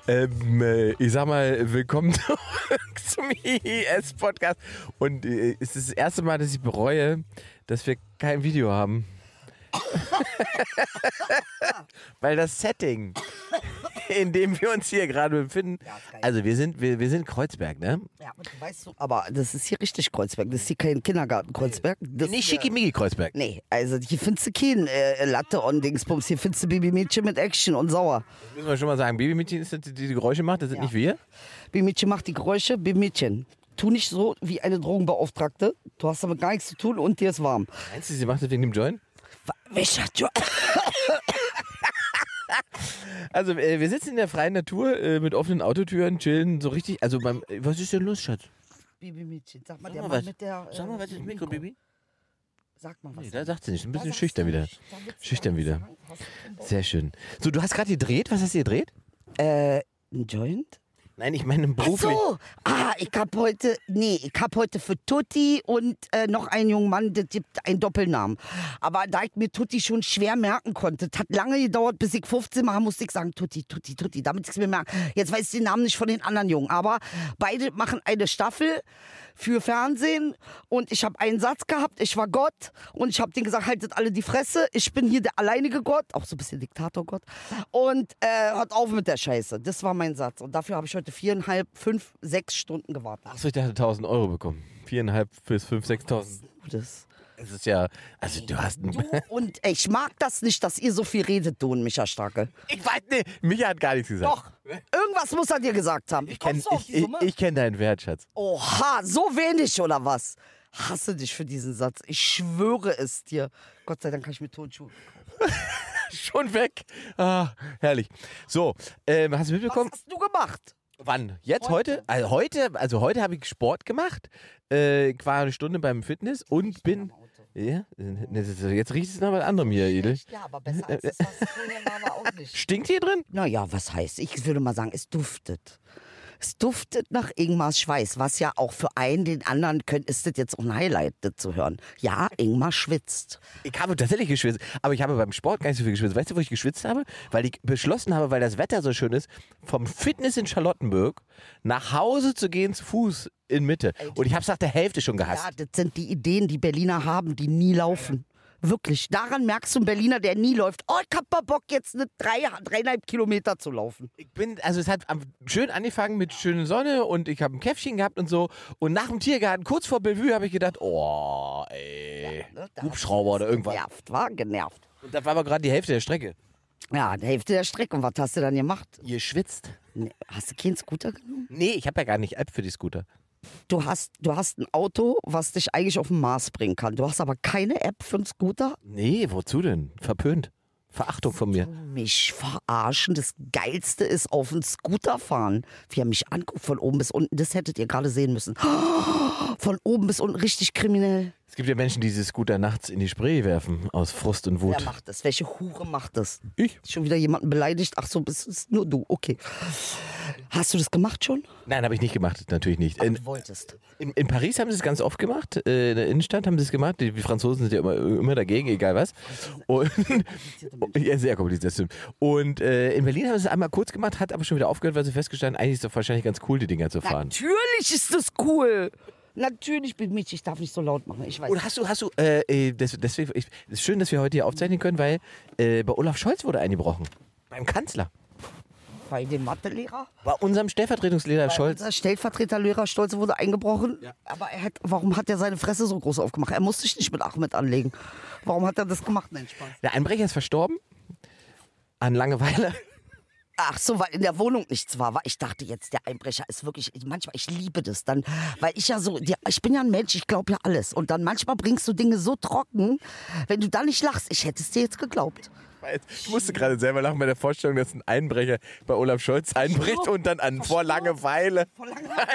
Ich sag mal, willkommen zum IES-Podcast. Und es ist das erste Mal, dass ich bereue, dass wir kein Video haben. Weil das Setting, in dem wir uns hier gerade befinden, also wir sind Kreuzberg, ne? Ja, weißt du, aber das ist hier richtig Kreuzberg. Das ist hier kein Kindergarten Kreuzberg. Das Nicht Schickimicki Kreuzberg. Nee, also hier findest du kein Latte und Dingsbums. Hier findest du Babymädchen mit Action und sauer. Müssen wir schon mal sagen, Babymädchen ist das, die Geräusche macht, das sind nicht wir. Babymädchen macht die Geräusche, Babymädchen. Tu nicht so wie eine Drogenbeauftragte. Du hast damit gar nichts zu tun und dir ist warm. Meinst du, sie macht das wegen dem Joint? Welcher Joint? Also wir sitzen in der freien Natur mit offenen Autotüren, chillen so richtig. Also was ist denn los, Schatz? Babymädchen, sag mal, Sag der mal Mann was. mit der... Sag mal, was ist Mikro, Baby? Sag mal was. Nee, da sagt sie nicht. Ein bisschen Da schüchtern wieder. sagst du nicht. Da Schüchtern willst du wieder. sagen, hast du keinen Bock? Sehr schön. So, du hast gerade gedreht. Was hast du gedreht? Ein Joint? Nein, ich meine Ach beruflich. so, ich hab heute für Tutti und noch einen jungen Mann, das gibt einen Doppelnamen. Aber da ich mir Tutti schon schwer merken konnte, das hat lange gedauert, bis ich 15 Mal musste ich sagen, Tutti, damit ich es mir merke. Jetzt weiß ich den Namen nicht von den anderen Jungen, aber beide machen eine Staffel für Fernsehen und ich habe einen Satz gehabt, ich war Gott und ich habe denen gesagt, haltet alle die Fresse, ich bin hier der alleinige Gott, auch so ein bisschen Diktatorgott und hört auf mit der Scheiße. Das war mein Satz und dafür habe ich heute 4,5, 5, 6 Stunden gewartet. Achso, ich dachte 1.000 Euro bekommen. 4.500 bis 5.000, 6.000. Das. Das ist ja, also du hast ein... Und ich mag das nicht, dass ihr so viel redet, du und Micha Starke. Ich weiß nicht, Micha hat gar nichts gesagt. Doch, irgendwas muss er dir gesagt haben. Ich Kommst du auf die Summe? kenn deinen Wert, Schatz. Oha, so wenig oder was? Hasse dich für diesen Satz. Ich schwöre es dir. Gott sei Dank kann ich mir Turnschuhe kaufen. Schon weg. Ah, herrlich. So, hast du mitbekommen? Was hast du gemacht? Wann? Jetzt? Heute? Also heute habe ich Sport gemacht. Ich war eine Stunde beim Fitness und bin... Ja? Jetzt riecht es nach was anderem hier, Edel. Ja, aber besser als das, was vorher war, aber auch nicht. Stinkt hier drin? Naja, was heißt? Ich würde mal sagen, es duftet. Es duftet nach Ingmars Schweiß, was ja auch für einen, den anderen ist das jetzt auch ein Highlight, das zu hören. Ja, Ingmar schwitzt. Ich habe tatsächlich geschwitzt, aber ich habe beim Sport gar nicht so viel geschwitzt. Weißt du, wo ich geschwitzt habe? Weil ich beschlossen habe, weil das Wetter so schön ist, vom Fitness in Charlottenburg nach Hause zu gehen zu Fuß in Mitte. Und ich habe es nach der Hälfte schon gehasst. Ja, das sind die Ideen, die Berliner haben, die nie laufen. Wirklich. Daran merkst du einen Berliner, der nie läuft. Oh, ich hab mal Bock, jetzt 3,5 Kilometer zu laufen. Es hat schön angefangen mit schöner Sonne und ich habe ein Käffchen gehabt und so. Und nach dem Tiergarten, kurz vor Bellevue, habe ich gedacht, oh, ey, Ja, ne, Hubschrauber oder irgendwas. Genervt. Und da war aber gerade die Hälfte der Strecke. Ja, die Hälfte der Strecke. Und was hast du dann gemacht? Ihr schwitzt? Nee, hast du keinen Scooter genommen? Nee, ich habe ja gar nicht App für die Scooter. Du hast ein Auto, was dich eigentlich auf den Mars bringen kann. Du hast aber keine App für einen Scooter? Nee, wozu denn? Verpönt. Verachtung von mir. Mich verarschen. Das Geilste ist auf den Scooter fahren. Wie er mich anguckt von oben bis unten. Das hättet ihr gerade sehen müssen. Von oben bis unten richtig kriminell. Es gibt ja Menschen, die diese Scooter nachts in die Spree werfen, aus Frust und Wut. Wer macht das? Welche Hure macht das? Ich? Schon wieder jemanden beleidigt? Ach so, es ist nur du. Okay. Hast du das gemacht schon? Nein, habe ich nicht gemacht, natürlich nicht. Du wolltest. In Paris haben sie es ganz oft gemacht, in der Innenstadt haben sie es gemacht. Die Franzosen sind ja immer dagegen, egal was. Und, ja, sehr kompliziert, das stimmt. Und in Berlin haben sie es einmal kurz gemacht, hat aber schon wieder aufgehört, weil sie festgestellt haben, eigentlich ist es doch wahrscheinlich ganz cool, die Dinger zu fahren. Natürlich ist das cool. Natürlich bin ich darf nicht so laut machen. Ich weiß. Und deswegen, es ist schön, dass wir heute hier aufzeichnen können, weil bei Olaf Scholz wurde eingebrochen. Beim Kanzler. Bei dem Mathelehrer? Bei unserem Stellvertretungslehrer Bei Scholz. unser Stellvertreterlehrer Stolze wurde eingebrochen. Ja. Aber warum hat er seine Fresse so groß aufgemacht? Er musste sich nicht mit Ahmed anlegen. Warum hat er das gemacht? Nein, Spaß. Der Einbrecher ist verstorben. An Langeweile. Ach so, weil in der Wohnung nichts war. Ich dachte jetzt, der Einbrecher ist wirklich, manchmal, ich liebe das dann, weil ich ja so, ich bin ja ein Mensch, ich glaube ja alles. Und dann manchmal bringst du Dinge so trocken, wenn du da nicht lachst. Ich hätte es dir jetzt geglaubt. Ich musste gerade selber lachen bei der Vorstellung, dass ein Einbrecher bei Olaf Scholz einbricht und dann vor Langeweile. Vor Langeweile.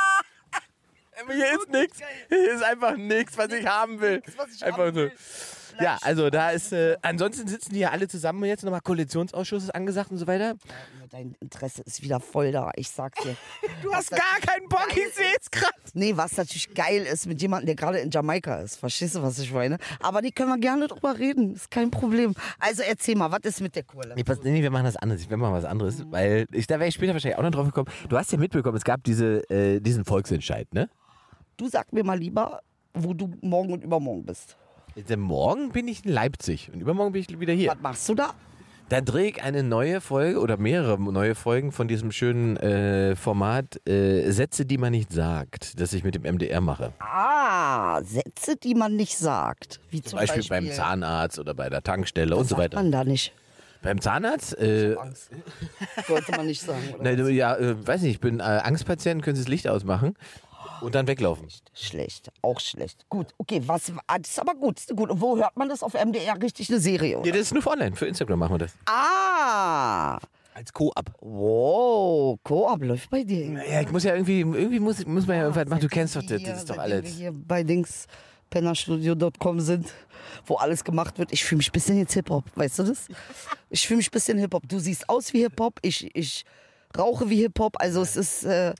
Hier ist nichts. Hier ist einfach nichts, was ich haben will. Was ich Einfach haben so. will. Ja, also da ist, ansonsten sitzen die ja alle zusammen jetzt nochmal, Koalitionsausschuss ist angesagt und so weiter. Ja, dein Interesse ist wieder voll da, ich sag's dir. Du hast gar keinen Bock, ich seh's gerade. Nee, was natürlich geil ist mit jemandem, der gerade in Jamaika ist. Verstehst du, was ich meine? Aber die können wir gerne drüber reden, ist kein Problem. Also erzähl mal, was ist mit der Kohle? Nee, wir machen das anders. Wir machen was anderes, weil da wäre ich später wahrscheinlich auch noch drauf gekommen. Du hast ja mitbekommen, es gab diesen Volksentscheid, ne? Du sag mir mal lieber, wo du morgen und übermorgen bist. Morgen bin ich in Leipzig und übermorgen bin ich wieder hier. Was machst du da? Da drehe ich eine neue Folge oder mehrere neue Folgen von diesem schönen Format Sätze, die man nicht sagt, das ich mit dem MDR mache. Ah, Sätze, die man nicht sagt. Wie Zum Beispiel beim Zahnarzt oder bei der Tankstelle und so weiter. Was sagt man da nicht? Beim Zahnarzt? Angst. Sollte man nicht sagen, oder? Na, ja, weiß nicht, ich bin Angstpatient, können Sie das Licht ausmachen und dann weglaufen. Schlecht, auch schlecht. Gut, okay, das ist aber gut. Gut. Und wo hört man das? Auf MDR richtig eine Serie, oder? Ja, das ist nur für online, für Instagram machen wir das. Ah! Als Co-Op. Wow, Co-op läuft bei dir. Ja, ich muss ja irgendwie muss man ja irgendwas machen. Du kennst doch das, das ist doch alles. Wir hier bei pennerstudio.com sind, wo alles gemacht wird. Ich fühle mich ein bisschen jetzt Hip-Hop, weißt du das? Ich fühle mich ein bisschen Hip-Hop. Du siehst aus wie Hip-Hop, ich rauche wie Hip-Hop, also es ist,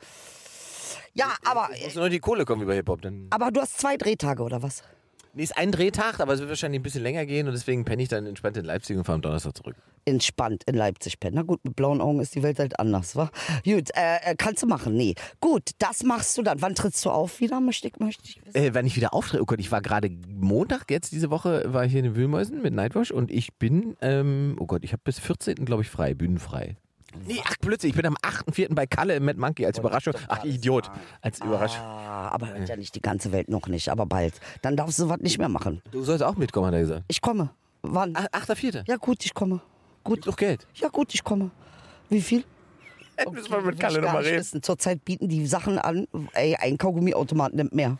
ja, aber... Muss nur die Kohle kommen wie bei Hip-Hop. Aber du hast 2 Drehtage, oder was? Nee, ist ein Drehtag, aber es wird wahrscheinlich ein bisschen länger gehen und deswegen penne ich dann entspannt in Leipzig und fahre am Donnerstag zurück. Entspannt in Leipzig pennen. Na gut, mit blauen Augen ist die Welt halt anders, wa? Gut, kannst du machen, nee. Gut, das machst du dann. Wann trittst du auf wieder, möchte ich wissen? Wenn ich wieder auftrete, oh Gott, ich war gerade Montag, jetzt diese Woche, war ich hier in den Wühlmäusen mit Nightwash und ich bin, oh Gott, ich habe bis 14. glaube ich frei, bühnenfrei. Nee, ach plötzlich, ich bin am 8.4. bei Kalle im Mad Monkey als Überraschung. Ach, Idiot, als Überraschung. Aber ja nicht die ganze Welt noch nicht, aber bald. Dann darfst du was nicht mehr machen. Du sollst auch mitkommen, hat er gesagt. Ich komme. Wann? 8.4. Ja gut, ich komme. Gut. Gibt doch Geld. Ja gut, ich komme. Wie viel? Jetzt müssen wir mit Kalle nochmal reden. Zurzeit bieten die Sachen an, ey, ein Kaugummiautomat nimmt mehr.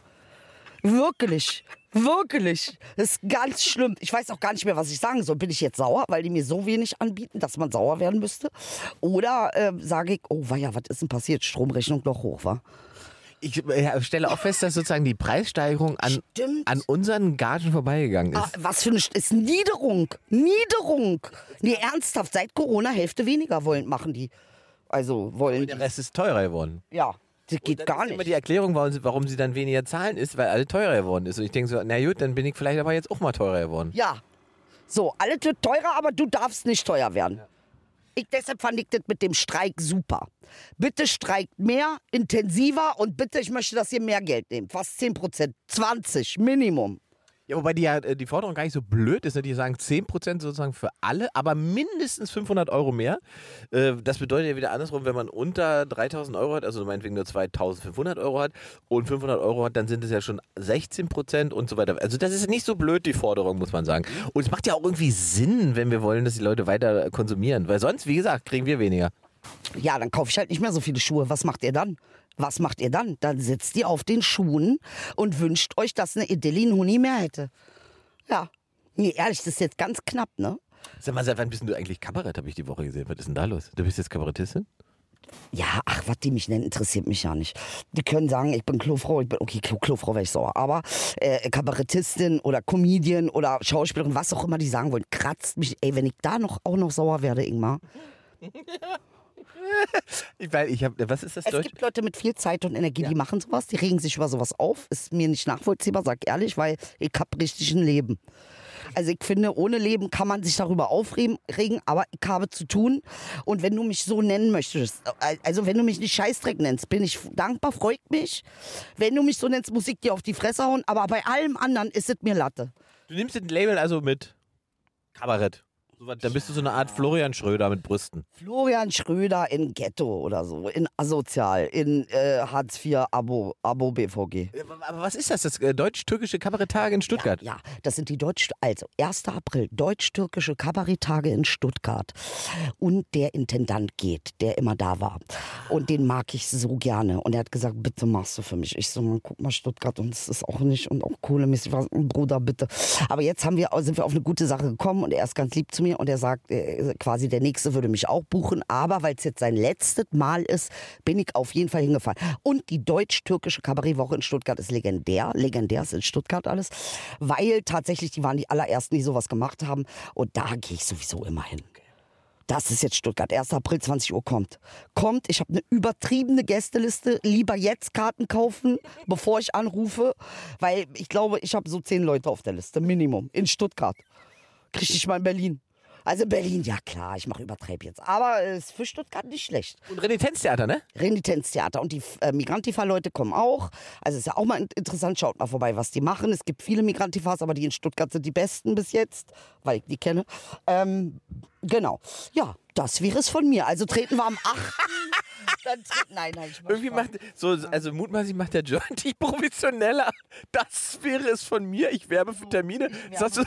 Wirklich. Wirklich. Das ist ganz schlimm. Ich weiß auch gar nicht mehr, was ich sagen soll. Bin ich jetzt sauer, weil die mir so wenig anbieten, dass man sauer werden müsste? Oder sage ich, oh weia, was ist denn passiert? Stromrechnung doch hoch, wa? Ich stelle auch fest, dass sozusagen die Preissteigerung an unseren Gagen vorbeigegangen ist. Was für eine ist Niederung. Niederung. Nee, ernsthaft, seit Corona Hälfte weniger machen die. Also wollen Der Rest ist teurer geworden. Ja. Das geht gar Immer nicht. die Erklärung, warum sie dann weniger zahlen, ist, weil alle teurer geworden ist. Und ich denke so, na gut, dann bin ich vielleicht aber jetzt auch mal teurer geworden. Ja. So, alles wird teurer, aber du darfst nicht teuer werden. Ja. Deshalb fand ich das mit dem Streik super. Bitte streikt mehr, intensiver und bitte, ich möchte, dass ihr mehr Geld nehmt. Was 10%? 20 Minimum. Ja, wobei die Forderung gar nicht so blöd ist. Ne? Die sagen 10% sozusagen für alle, aber mindestens 500 Euro mehr. Das bedeutet ja wieder andersrum, wenn man unter 3.000 Euro hat, also meinetwegen nur 2.500 Euro hat und 500 Euro hat, dann sind es ja schon 16% und so weiter. Also das ist nicht so blöd, die Forderung, muss man sagen. Und es macht ja auch irgendwie Sinn, wenn wir wollen, dass die Leute weiter konsumieren. Weil sonst, wie gesagt, kriegen wir weniger. Ja, dann kaufe ich halt nicht mehr so viele Schuhe. Was macht ihr dann? Was macht ihr dann? Dann sitzt ihr auf den Schuhen und wünscht euch, dass eine Idillin Huni mehr hätte. Ja. Nee, ehrlich, das ist jetzt ganz knapp, ne? Sag mal, seit wann bist du eigentlich Kabarett, habe ich die Woche gesehen. Was ist denn da los? Du bist jetzt Kabarettistin? Ja, ach, was die mich nennen, interessiert mich ja nicht. Die können sagen, ich bin Klofrau, okay, Klofrau wäre ich sauer, aber Kabarettistin oder Comedian oder Schauspielerin, was auch immer die sagen wollen, kratzt mich. Ey, wenn ich da auch noch sauer werde, Ingmar. Was ist das Deutsch? Es gibt Leute mit viel Zeit und Energie, die machen sowas, die regen sich über sowas auf. Ist mir nicht nachvollziehbar, sag ehrlich, weil ich hab richtig ein Leben. Also ich finde, ohne Leben kann man sich darüber aufregen, aber ich habe zu tun. Und wenn du mich so nennen möchtest, also wenn du mich nicht Scheißdreck nennst, bin ich dankbar, freut mich. Wenn du mich so nennst, muss ich dir auf die Fresse hauen. Aber bei allem anderen ist es mir Latte. Du nimmst den Label also mit Kabarett. Dann bist du so eine Art Florian Schröder mit Brüsten. Florian Schröder in Ghetto oder so, in Asozial, in Hartz IV Abo BVG. Aber was ist das? Das deutsch-türkische Kabaretttage in Stuttgart? Ja, das sind die 1. April, deutsch-türkische Kabaretttage in Stuttgart. Und der Intendant geht, der immer da war. Und den mag ich so gerne. Und er hat gesagt, bitte machst du für mich. Ich so, guck mal, Stuttgart, und es ist auch nicht und auch kohlemäßig, Bruder, bitte. Aber jetzt sind wir auf eine gute Sache gekommen und er ist ganz lieb zu mir. mir und er sagt, quasi der Nächste würde mich auch buchen, aber weil es jetzt sein letztes Mal ist, bin ich auf jeden Fall hingefahren. Und die deutsch-türkische Kabarettwoche in Stuttgart ist legendär. Legendär ist in Stuttgart alles, weil tatsächlich die waren die allerersten, die sowas gemacht haben und da gehe ich sowieso immer hin. Das ist jetzt Stuttgart. 1. April, 20 Uhr kommt. Ich habe eine übertriebene Gästeliste. Lieber jetzt Karten kaufen, bevor ich anrufe. Weil ich glaube, ich habe so 10 Leute auf der Liste. Minimum. In Stuttgart. Kriege ich mal in Berlin. Also in Berlin, ja klar, ich mache Übertreib jetzt. Aber es ist für Stuttgart nicht schlecht. Und Renitenztheater, ne? Renitenztheater. Und die Migrantifa-Leute kommen auch. Also ist ja auch mal interessant. Schaut mal vorbei, was die machen. Es gibt viele Migrantifas, aber die in Stuttgart sind die besten bis jetzt, weil ich die kenne. Genau. Ja, das wäre es von mir. Also treten wir am 8. Nein, ich mach Irgendwie also mutmaßlich macht der John dich professioneller. Das wäre es von mir. Ich werbe für Termine. Sagst du?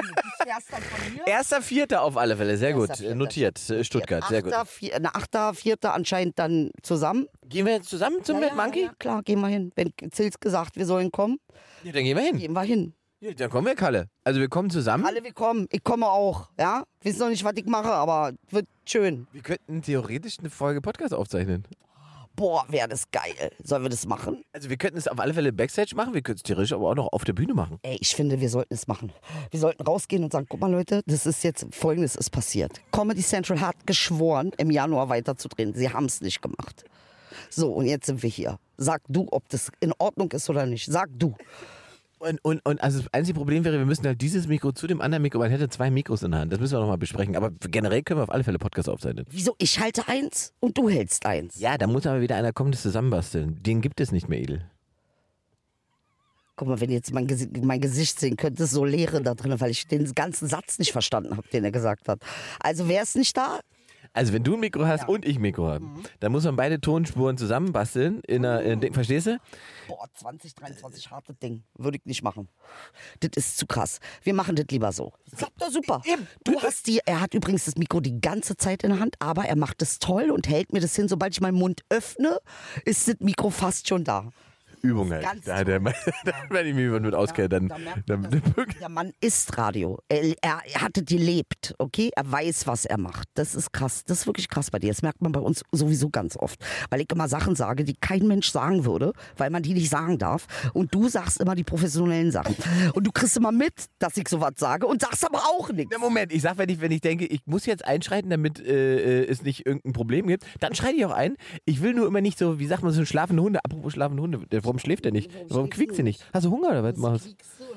1.4. auf alle Fälle. Sehr gut. Notiert. Stuttgart. Sehr gut. 8.4. anscheinend dann zusammen. Gehen wir jetzt zusammen zum Mad Monkey? Ja, klar, gehen wir hin. Wenn Zils gesagt, wir sollen kommen. Ja, dann gehen wir hin. Gehen wir hin. Ja, dann kommen wir, Kalle. Also wir kommen zusammen. Alle, wir kommen. Ich komme auch. Ja? Wissen noch nicht, was ich mache, aber wird schön. Wir könnten theoretisch eine Folge Podcast aufzeichnen. Boah, wäre das geil. Sollen wir das machen? Also wir könnten es auf alle Fälle Backstage machen, wir könnten es theoretisch aber auch noch auf der Bühne machen. Ey, ich finde, wir sollten es machen. Wir sollten rausgehen und sagen, guck mal Leute, das ist jetzt, Folgendes ist passiert. Comedy Central hat geschworen, im Januar weiterzudrehen. Sie haben es nicht gemacht. So, und jetzt sind wir hier. Sag du, ob das in Ordnung ist oder nicht. Sag du. Und also das einzige Problem wäre, wir müssen halt dieses Mikro zu dem anderen Mikro, man hätte 2 Mikros in der Hand. Das müssen wir nochmal besprechen. Aber generell können wir auf alle Fälle Podcast aufzeichnen. Wieso? Ich halte eins und du hältst eins. Ja, da muss aber wieder einer kommen, das zusammenbasteln. Den gibt es nicht mehr, Edel. Guck mal, wenn ihr jetzt mein Gesicht sehen könnt, ist so Leere da drin, weil ich den ganzen Satz nicht verstanden habe, den er gesagt hat. Also wer ist nicht da? Also wenn du ein Mikro hast und ich ein Mikro habe, dann muss man beide Tonspuren zusammenbasteln. Verstehst du? Boah, 2023, hartes Ding. Würde ich nicht machen. Das ist zu krass. Wir machen das lieber so. Klappt doch super. Er hat übrigens das Mikro die ganze Zeit in der Hand, aber er macht es toll und hält mir das hin. Sobald ich meinen Mund öffne, ist das Mikro fast schon da. Übung halt. Wenn ich mich mit auskenne, dann der Mann ist Radio. Er hatte die lebt, okay? Er weiß, was er macht. Das ist krass. Das ist wirklich krass bei dir. Das merkt man bei uns sowieso ganz oft. Weil ich immer Sachen sage, die kein Mensch sagen würde, weil man die nicht sagen darf. Und du sagst immer die professionellen Sachen. Und du kriegst immer mit, dass ich sowas sage und sagst aber auch nichts. Na Moment, ich sag, wenn ich denke, ich muss jetzt einschreiten, damit es nicht irgendein Problem gibt, dann schreite ich auch ein. Ich will nur immer nicht so, wie sagt man, so schlafende Hunde. Apropos schlafende Hunde, warum schläft der nicht? Warum quiekt sie nicht? Hast du Hunger oder was machst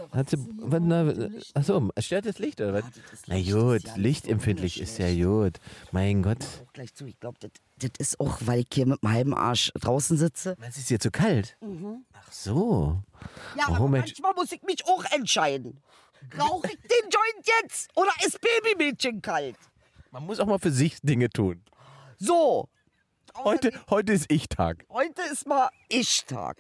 du? Achso, stört das Licht oder was? Na gut, lichtempfindlich ist ja gut. Mein Gott. Gleich zu, ich glaube, das ist auch, weil ich hier mit dem halben Arsch draußen sitze. Meinst du, ist dir zu kalt? Ach so. Ja, aber manchmal muss ich mich auch entscheiden. Rauche ich den Joint jetzt oder ist Babymädchen kalt? Man muss auch mal für sich Dinge tun. So. Heute ist Ich-Tag. Heute ist mal Ich-Tag.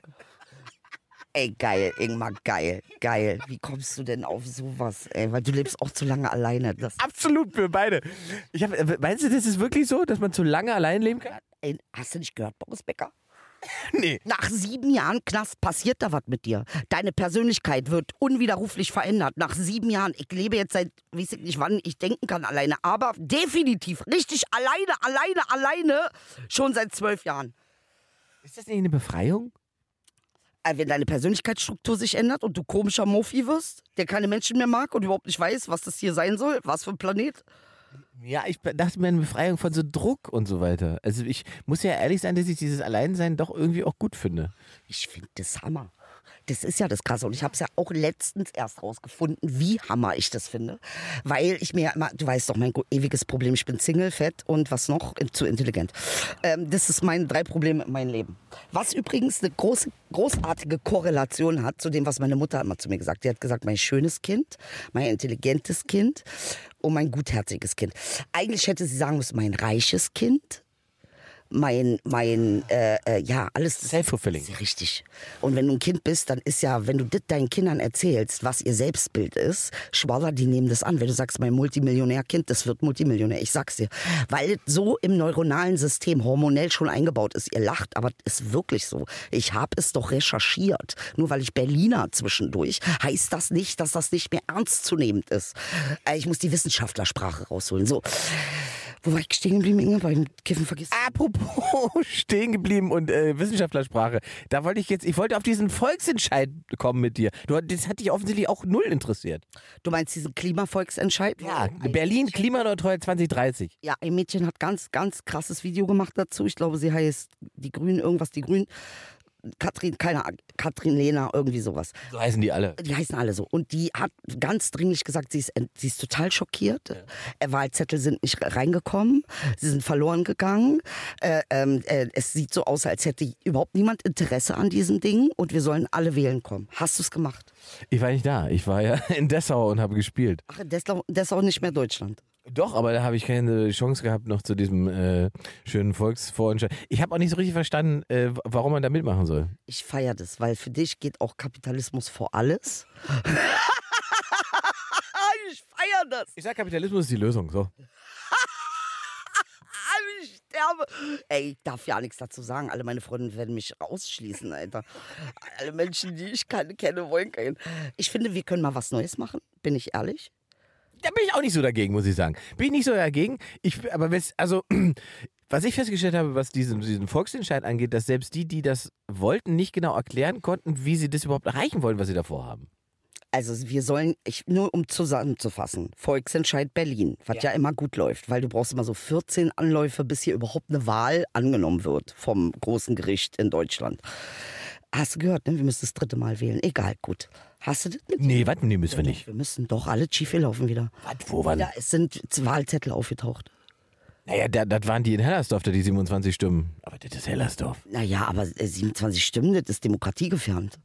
Ey, geil, Ingmar, geil. Wie kommst du denn auf sowas, ey? Weil du lebst auch zu lange alleine. Absolut, für beide. Meinst du, das ist wirklich so, dass man zu lange allein leben kann? Ey, hast du nicht gehört, Boris Becker? Nee. Nach 7 Jahren Knast passiert da was mit dir. Deine Persönlichkeit wird unwiderruflich verändert. Nach 7 Jahren. Ich lebe jetzt seit, weiß ich nicht wann ich denken kann alleine, aber definitiv richtig alleine schon seit 12 Jahren. Ist das nicht eine Befreiung? Wenn deine Persönlichkeitsstruktur sich ändert und du komischer Mofi wirst, der keine Menschen mehr mag und überhaupt nicht weiß, was das hier sein soll, was für ein Planet. Ja, ich dachte mir eine Befreiung von so Druck und so weiter. Also ich muss ja ehrlich sein, dass ich dieses Alleinsein doch irgendwie auch gut finde. Ich finde das Hammer. Das ist ja das Krasse. Und ich habe es ja auch letztens erst rausgefunden, wie hammer ich das finde. Weil ich mir ja immer, du weißt doch, mein ewiges Problem, ich bin Single, fett und was noch? Zu intelligent. Das ist meine 3 Probleme in meinem Leben. Was übrigens eine großartige Korrelation hat zu dem, was meine Mutter immer zu mir gesagt hat. Die hat gesagt, mein schönes Kind, mein intelligentes Kind und mein gutherziges Kind. Eigentlich hätte sie sagen müssen, mein reiches Kind, alles. Self-fulfilling. Ist richtig. Und wenn du ein Kind bist, dann ist ja, wenn du das deinen Kindern erzählst, was ihr Selbstbild ist, Schwaller, die nehmen das an. Wenn du sagst, mein Multimillionärkind, das wird Multimillionär. Ich sag's dir. Weil es so im neuronalen System hormonell schon eingebaut ist. Ihr lacht, aber es ist wirklich so. Ich habe es doch recherchiert. Nur weil ich Berliner zwischendurch, heißt das nicht, dass das nicht mehr ernstzunehmend ist. Ich muss die Wissenschaftlersprache rausholen. So. Wo war ich stehen geblieben, Inge? Beim Kiffen vergessen. Apropos stehen geblieben und Wissenschaftlersprache. Da wollte ich wollte auf diesen Volksentscheid kommen mit dir. Das hat dich offensichtlich auch null interessiert. Du meinst diesen Klimavolksentscheid? Ja, Berlin klimaneutral 2030. Ja, ein Mädchen hat ganz, ganz krasses Video gemacht dazu. Ich glaube, sie heißt die Grünen, irgendwas die Grünen. Katrin Lehner, irgendwie sowas. So heißen die alle. Die heißen alle so. Und die hat ganz dringlich gesagt, sie ist total schockiert. Ja. Wahlzettel sind nicht reingekommen. Sie sind verloren gegangen. Es sieht so aus, als hätte überhaupt niemand Interesse an diesem Ding. Und wir sollen alle wählen kommen. Hast du es gemacht? Ich war nicht da. Ich war ja in Dessau und habe gespielt. Ach, Dessau nicht mehr Deutschland. Doch, aber da habe ich keine Chance gehabt noch zu diesem schönen Volksvorentscheid. Ich habe auch nicht so richtig verstanden, warum man da mitmachen soll. Ich feiere das, weil für dich geht auch Kapitalismus vor alles. Ich feiere das. Ich sag, Kapitalismus ist die Lösung, so. Ich sterbe. Ey, ich darf ja nichts dazu sagen. Alle meine Freunde werden mich ausschließen, Alter. Alle Menschen, die ich kenne, wollen keinen. Ich finde, wir können mal was Neues machen, bin ich ehrlich. Da bin ich auch nicht so dagegen, muss ich sagen. Bin ich nicht so dagegen. Was ich festgestellt habe, was diesen Volksentscheid angeht, dass selbst die das wollten, nicht genau erklären konnten, wie sie das überhaupt erreichen wollen, was sie davor haben. Also wir sollen, nur um zusammenzufassen, Volksentscheid Berlin, was ja immer gut läuft, weil du brauchst immer so 14 Anläufe, bis hier überhaupt eine Wahl angenommen wird vom großen Gericht in Deutschland. Hast du gehört, ne? Wir müssen das 3. Mal wählen. Egal, gut. Hast du das mit? Nee, was? Nee, müssen wir nicht. Wir müssen doch alle Schiefe laufen wieder. Was? Wo waren? Ja, es sind Wahlzettel aufgetaucht. Naja, das waren die in Hellersdorf, die 27 Stimmen. Aber das ist Hellersdorf. Naja, aber 27 Stimmen, das ist demokratiegefährdend.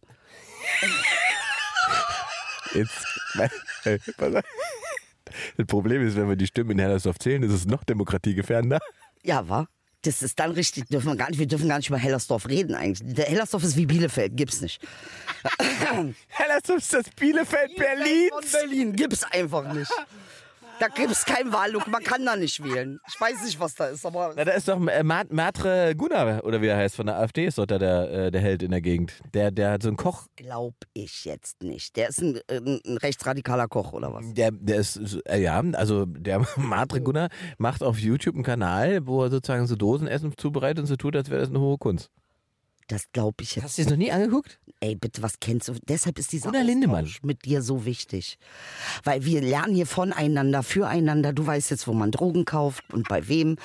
Jetzt, pass auf. Das Problem ist, wenn wir die Stimmen in Hellersdorf zählen, ist es noch demokratiegefährdender. Ja, wa? Das ist dann richtig, wir dürfen gar nicht über Hellersdorf reden eigentlich. Der Hellersdorf ist wie Bielefeld, gibt's nicht. Hellersdorf ist das Bielefeld Berlins. Von Berlin gibt's einfach nicht. Da gibt's kein Wahllok, man kann da nicht wählen. Ich weiß nicht, was da ist, aber... Na, da ist doch Matre Gunnar, oder wie er heißt, von der AfD, ist doch da der Held in der Gegend. Der hat so einen Koch. Glaub ich jetzt nicht. Der ist ein rechtsradikaler Koch, oder was? Der ist, also der Matre Gunnar macht auf YouTube einen Kanal, wo er sozusagen so Dosenessen zubereitet und so tut, als wäre das eine hohe Kunst. Das glaube ich jetzt. Hast du das noch nie angeguckt? Ey, bitte, was kennst du? Deshalb ist dieser Lindemann mit dir so wichtig. Weil wir lernen hier voneinander, füreinander. Du weißt jetzt, wo man Drogen kauft und bei wem.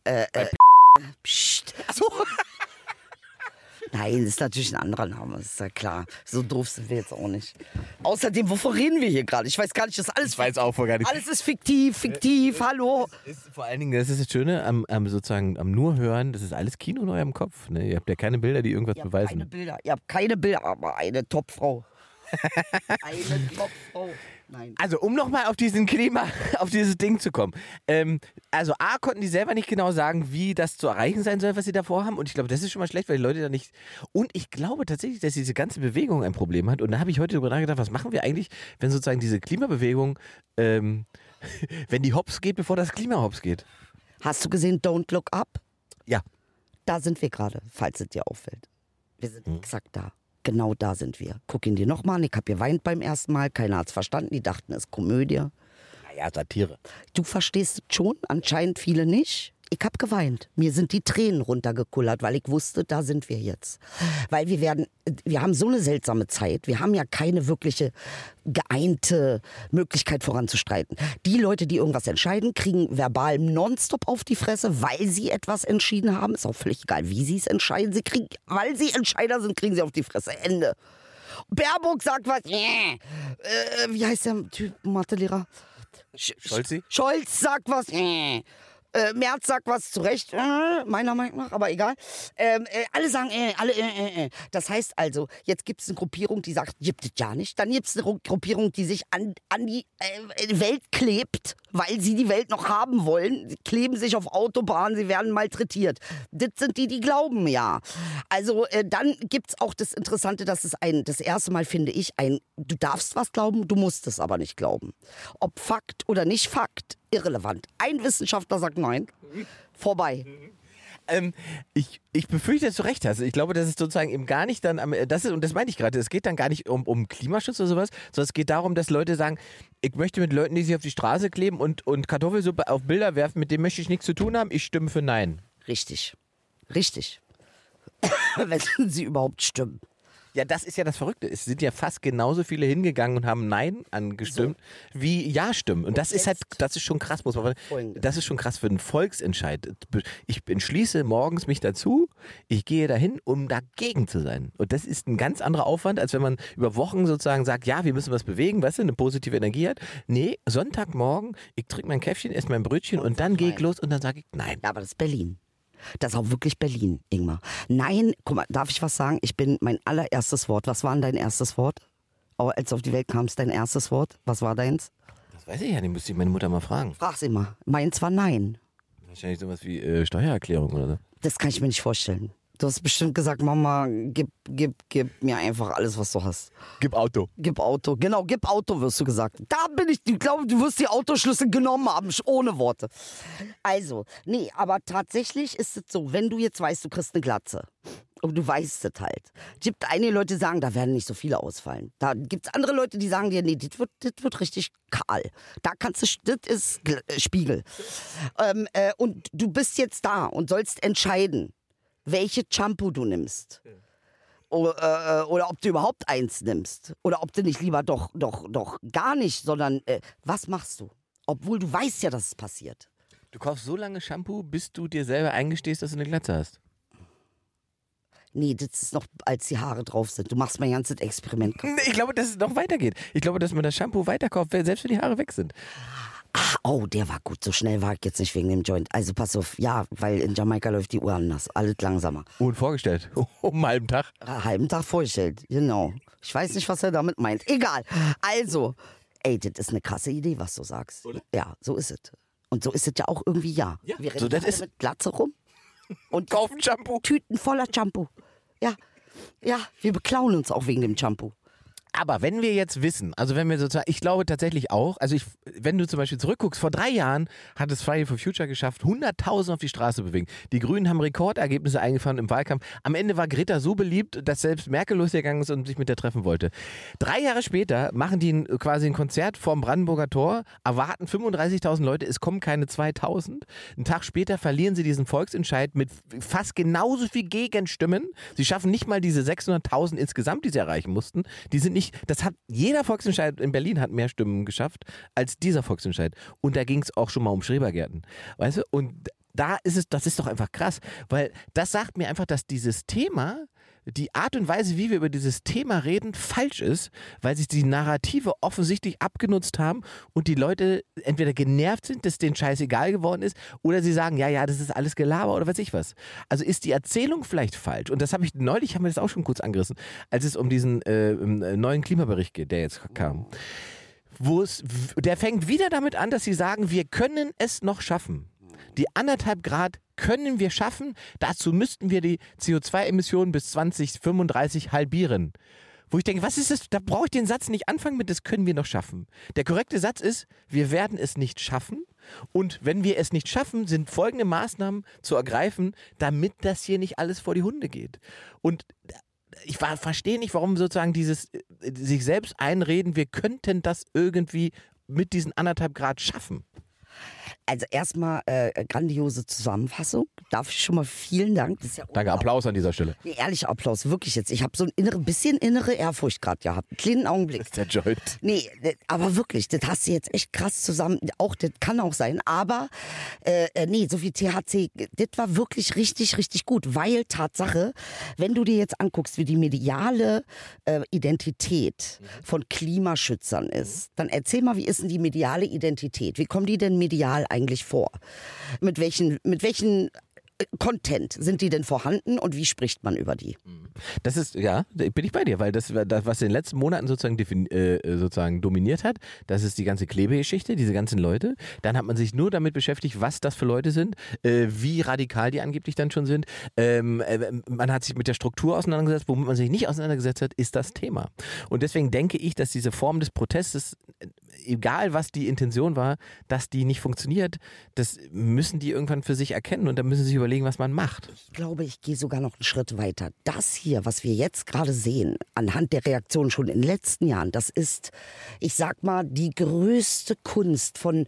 Psst. Achso. Nein, das ist natürlich ein anderer Name, ist ja klar. So doof sind wir jetzt auch nicht. Außerdem, wovon reden wir hier gerade? Ich weiß gar nicht, das ist alles. Ich weiß auch gar nicht. Alles ist fiktiv, hallo. Vor allen Dingen, das ist das Schöne am nur hören, das ist alles Kino in eurem Kopf. Ne? Ihr habt ja keine Bilder, die irgendwas beweisen. Ihr habt keine Bilder, aber eine Topfrau. Eine Topfrau. Nein. Also, um nochmal auf dieses Ding zu kommen. Also, A, konnten die selber nicht genau sagen, wie das zu erreichen sein soll, was sie davor haben. Und ich glaube, das ist schon mal schlecht, weil die Leute da nicht... Und ich glaube tatsächlich, dass diese ganze Bewegung ein Problem hat. Und da habe ich heute darüber nachgedacht, was machen wir eigentlich, wenn sozusagen diese Klimabewegung, wenn die hops geht, bevor das Klima hops geht. Hast du gesehen Don't Look Up? Ja. Da sind wir gerade, falls es dir auffällt. Wir sind exakt da. Genau da sind wir. Guck ihn dir nochmal an. Ich habe geweint beim ersten Mal. Keiner hat es verstanden. Die dachten, es ist Komödie. Naja, Satire. Du verstehst es schon, anscheinend viele nicht. Ich habe geweint. Mir sind die Tränen runtergekullert, weil ich wusste, da sind wir jetzt. Weil wir haben so eine seltsame Zeit. Wir haben ja keine wirkliche geeinte Möglichkeit voranzustreiten. Die Leute, die irgendwas entscheiden, kriegen verbal nonstop auf die Fresse, weil sie etwas entschieden haben. Ist auch völlig egal, wie sie es entscheiden. Weil sie Entscheider sind, kriegen sie auf die Fresse. Ende. Baerbock sagt was. Wie heißt der Typ, Mathelehrer? Scholzi? Scholz sagt was. Merz sagt was zurecht, meiner Meinung nach, aber egal. Alle sagen, Das heißt also, jetzt gibt es eine Gruppierung, die sagt, gibt es ja nicht. Dann gibt es eine Gruppierung, die sich an die Welt klebt, weil sie die Welt noch haben wollen. Sie kleben sich auf Autobahnen, sie werden malträtiert. Das sind die glauben, ja. Also dann gibt es auch das Interessante, dass es das erste Mal, finde ich, du darfst was glauben, du musst es aber nicht glauben. Ob Fakt oder nicht Fakt, irrelevant. Ein Wissenschaftler sagt nein, vorbei. Ich befürchte, dass du recht hast. Ich glaube, dass es sozusagen eben gar nicht dann, und das meine ich gerade, es geht dann gar nicht um Klimaschutz oder sowas, sondern es geht darum, dass Leute sagen, ich möchte mit Leuten, die sich auf die Straße kleben und Kartoffelsuppe auf Bilder werfen, mit dem möchte ich nichts zu tun haben, ich stimme für Nein. Richtig. Wenn sie überhaupt stimmen. Ja, das ist ja das Verrückte. Es sind ja fast genauso viele hingegangen und haben Nein angestimmt, wie Ja-Stimmen. Und das ist halt, das ist schon krass, muss man sagen. Das ist schon krass für einen Volksentscheid. Ich entschließe morgens mich dazu, ich gehe dahin, um dagegen zu sein. Und das ist ein ganz anderer Aufwand, als wenn man über Wochen sozusagen sagt, ja, wir müssen was bewegen, weißt du, eine positive Energie hat. Nee, Sonntagmorgen, ich trinke mein Käffchen, esse mein Brötchen und dann gehe ich los und dann sage ich Nein. Ja, aber das ist Berlin. Das ist auch wirklich Berlin, Ingmar. Nein, guck mal, darf ich was sagen? Mein allererstes Wort. Was war denn dein erstes Wort? Als du auf die Welt kamst, dein erstes Wort? Was war deins? Das weiß ich ja nicht, müsste ich meine Mutter mal fragen. Frag sie mal. Meins war Nein. Wahrscheinlich sowas wie Steuererklärung oder so. Das kann ich mir nicht vorstellen. Du hast bestimmt gesagt, Mama, gib mir einfach alles, was du hast. Gib Auto. Gib Auto. Genau, gib Auto, wirst du gesagt. Da bin ich glaube, du wirst die Autoschlüssel genommen haben, ohne Worte. Also, nee, aber tatsächlich ist es so, wenn du jetzt weißt, du kriegst eine Glatze. Und du weißt es halt. Es gibt einige Leute, die sagen, da werden nicht so viele ausfallen. Da gibt es andere Leute, die sagen dir, nee, das wird richtig kahl. Da kannst du, das ist Spiegel. Und du bist jetzt da und sollst entscheiden, welche Shampoo du nimmst. Oder ob du überhaupt eins nimmst. Oder ob du nicht lieber doch gar nicht, sondern was machst du? Obwohl du weißt ja, dass es passiert. Du kaufst so lange Shampoo, bis du dir selber eingestehst, dass du eine Glatze hast. Nee, das ist noch, als die Haare drauf sind. Du machst mein ganzes Experiment kaputt. Ich glaube, dass es noch weitergeht. Ich glaube, dass man das Shampoo weiterkauft, selbst wenn die Haare weg sind. Oh, der war gut. So schnell war ich jetzt nicht wegen dem Joint. Also pass auf, ja, weil in Jamaika läuft die Uhr anders. Alles langsamer. Und vorgestellt. Um einen halben Tag. Einen halben Tag vorgestellt, genau. Ich weiß nicht, was er damit meint. Egal. Also, ey, das ist eine krasse Idee, was du sagst. Oder? Ja, so ist es. Und so ist es ja auch irgendwie, ja. Wir so, rennen mit Glatze rum und kaufen Shampoo. Tüten voller Shampoo. Ja, wir beklauen uns auch wegen dem Shampoo. Aber wenn wir jetzt wissen, also wenn wir sozusagen, ich glaube tatsächlich auch, also wenn du zum Beispiel zurückguckst, vor 3 Jahren hat es Friday for Future geschafft, 100.000 auf die Straße bewegen. Die Grünen haben Rekordergebnisse eingefahren im Wahlkampf. Am Ende war Greta so beliebt, dass selbst Merkel losgegangen ist und sich mit der treffen wollte. 3 Jahre später machen die quasi ein Konzert vorm Brandenburger Tor, erwarten 35.000 Leute, es kommen keine 2.000. Einen Tag später verlieren sie diesen Volksentscheid mit fast genauso viel Gegenstimmen. Sie schaffen nicht mal diese 600.000 insgesamt, die sie erreichen mussten. Die sind nicht, jeder Volksentscheid in Berlin hat mehr Stimmen geschafft als dieser Volksentscheid. Und da ging es auch schon mal um Schrebergärten. Weißt du? Und das ist doch einfach krass, weil das sagt mir einfach, dass dieses Thema, die Art und Weise, wie wir über dieses Thema reden, falsch ist, weil sich die Narrative offensichtlich abgenutzt haben und die Leute entweder genervt sind, dass denen scheißegal geworden ist, oder sie sagen, ja, das ist alles Gelaber oder weiß ich was. Also ist die Erzählung vielleicht falsch? Und das haben wir das auch schon kurz angerissen, als es um diesen neuen Klimabericht geht, der jetzt kam. Der fängt wieder damit an, dass sie sagen, wir können es noch schaffen. Die 1,5 Grad können wir schaffen. Dazu müssten wir die CO2-Emissionen bis 2035 halbieren. Wo ich denke, was ist das? Da brauche ich den Satz nicht anfangen mit, das können wir noch schaffen. Der korrekte Satz ist, wir werden es nicht schaffen. Und wenn wir es nicht schaffen, sind folgende Maßnahmen zu ergreifen, damit das hier nicht alles vor die Hunde geht. Und ich verstehe nicht, warum sozusagen dieses sich selbst einreden, wir könnten das irgendwie mit diesen 1,5 Grad schaffen. Also erstmal grandiose Zusammenfassung. Darf ich schon mal vielen Dank. Das ist ja Danke, Applaus an dieser Stelle. Nee, ehrlicher Applaus, wirklich jetzt. Ich habe so ein bisschen innere Ehrfurcht gerade gehabt. Einen kleinen Augenblick. Das ist der Joint. Nee, aber wirklich, das hast du jetzt echt krass zusammen. Auch, das kann auch sein. Aber, nee, so viel THC, das war wirklich richtig, richtig gut. Weil, Tatsache, wenn du dir jetzt anguckst, wie die mediale Identität von Klimaschützern ist, dann erzähl mal, wie ist denn die mediale Identität? Wie kommen die denn medial eigentlich eigentlich vor? Mit welchen Content sind die denn vorhanden und wie spricht man über die? Das ist, ja, bin ich bei dir, weil das, was in den letzten Monaten sozusagen dominiert hat, das ist die ganze Klebegeschichte, diese ganzen Leute. Dann hat man sich nur damit beschäftigt, was das für Leute sind, wie radikal die angeblich dann schon sind. Man hat sich mit der Struktur auseinandergesetzt, womit man sich nicht auseinandergesetzt hat, ist das Thema. Und deswegen denke ich, dass diese Form des Protestes, egal was die Intention war, dass die nicht funktioniert, das müssen die irgendwann für sich erkennen und dann müssen sie sich überlegen, was man macht. Ich glaube, ich gehe sogar noch einen Schritt weiter. Das hier, was wir jetzt gerade sehen, anhand der Reaktionen schon in den letzten Jahren, das ist, ich sag mal, die größte Kunst von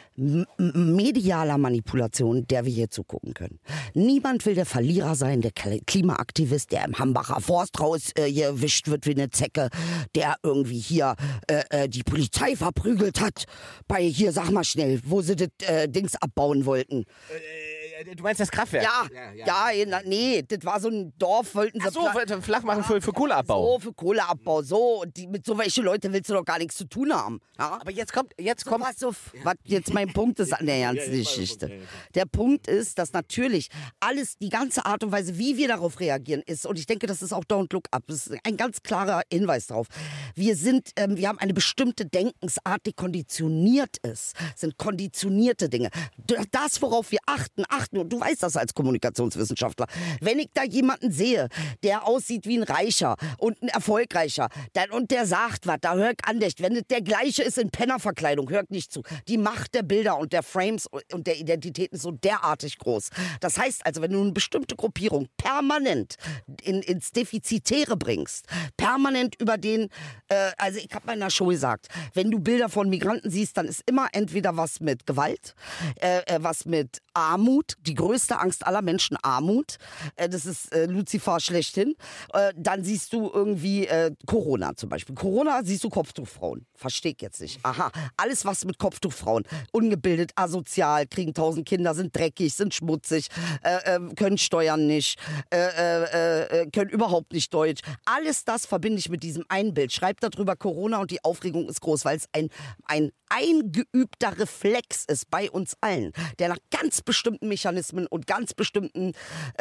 medialer Manipulation, der wir hier zugucken können. Niemand will der Verlierer sein, der Klimaaktivist, der im Hambacher Forst hier erwischt wird wie eine Zecke, der irgendwie hier die Polizei verprügelt hat bei hier, sag mal schnell, wo sie das Dings abbauen wollten. Du meinst das Kraftwerk? Nee, das war so ein Dorf, wollten sie flach machen für Kohleabbau. So, für Kohleabbau, so. Und mit so welchen Leuten willst du doch gar nichts zu tun haben. Ja? Aber jetzt kommt. Was jetzt mein Punkt ist an der ganzen Geschichte. Der Punkt ist, dass natürlich alles, die ganze Art und Weise, wie wir darauf reagieren, ist, und ich denke, das ist auch Don't Look Up, das ist ein ganz klarer Hinweis darauf. Wir haben eine bestimmte Denkensart, die konditioniert ist. Das sind konditionierte Dinge. Das, worauf wir achten, und du weißt das als Kommunikationswissenschaftler. Wenn ich da jemanden sehe, der aussieht wie ein Reicher und ein Erfolgreicher, und der sagt was, da hör ich andächt. Wenn das der gleiche ist in Pennerverkleidung, hör ich nicht zu. Die Macht der Bilder und der Frames und der Identitäten ist so derartig groß. Das heißt also, wenn du eine bestimmte Gruppierung permanent ins Defizitäre bringst, permanent über den, also ich habe mal in der Show gesagt, wenn du Bilder von Migranten siehst, dann ist immer entweder was mit Gewalt, was mit Armut, die größte Angst aller Menschen, Armut. Das ist Luzifer schlechthin. Dann siehst du irgendwie Corona zum Beispiel. Corona siehst du Kopftuchfrauen. Versteh ich jetzt nicht. Aha, alles was mit Kopftuchfrauen. Ungebildet, asozial, kriegen 1000 Kinder, sind dreckig, sind schmutzig, können steuern nicht, können überhaupt nicht Deutsch. Alles das verbinde ich mit diesem einen Bild. Schreib darüber Corona und die Aufregung ist groß, weil es ein eingeübter Reflex ist bei uns allen, der nach ganz bestimmten Mechanismen und ganz bestimmten,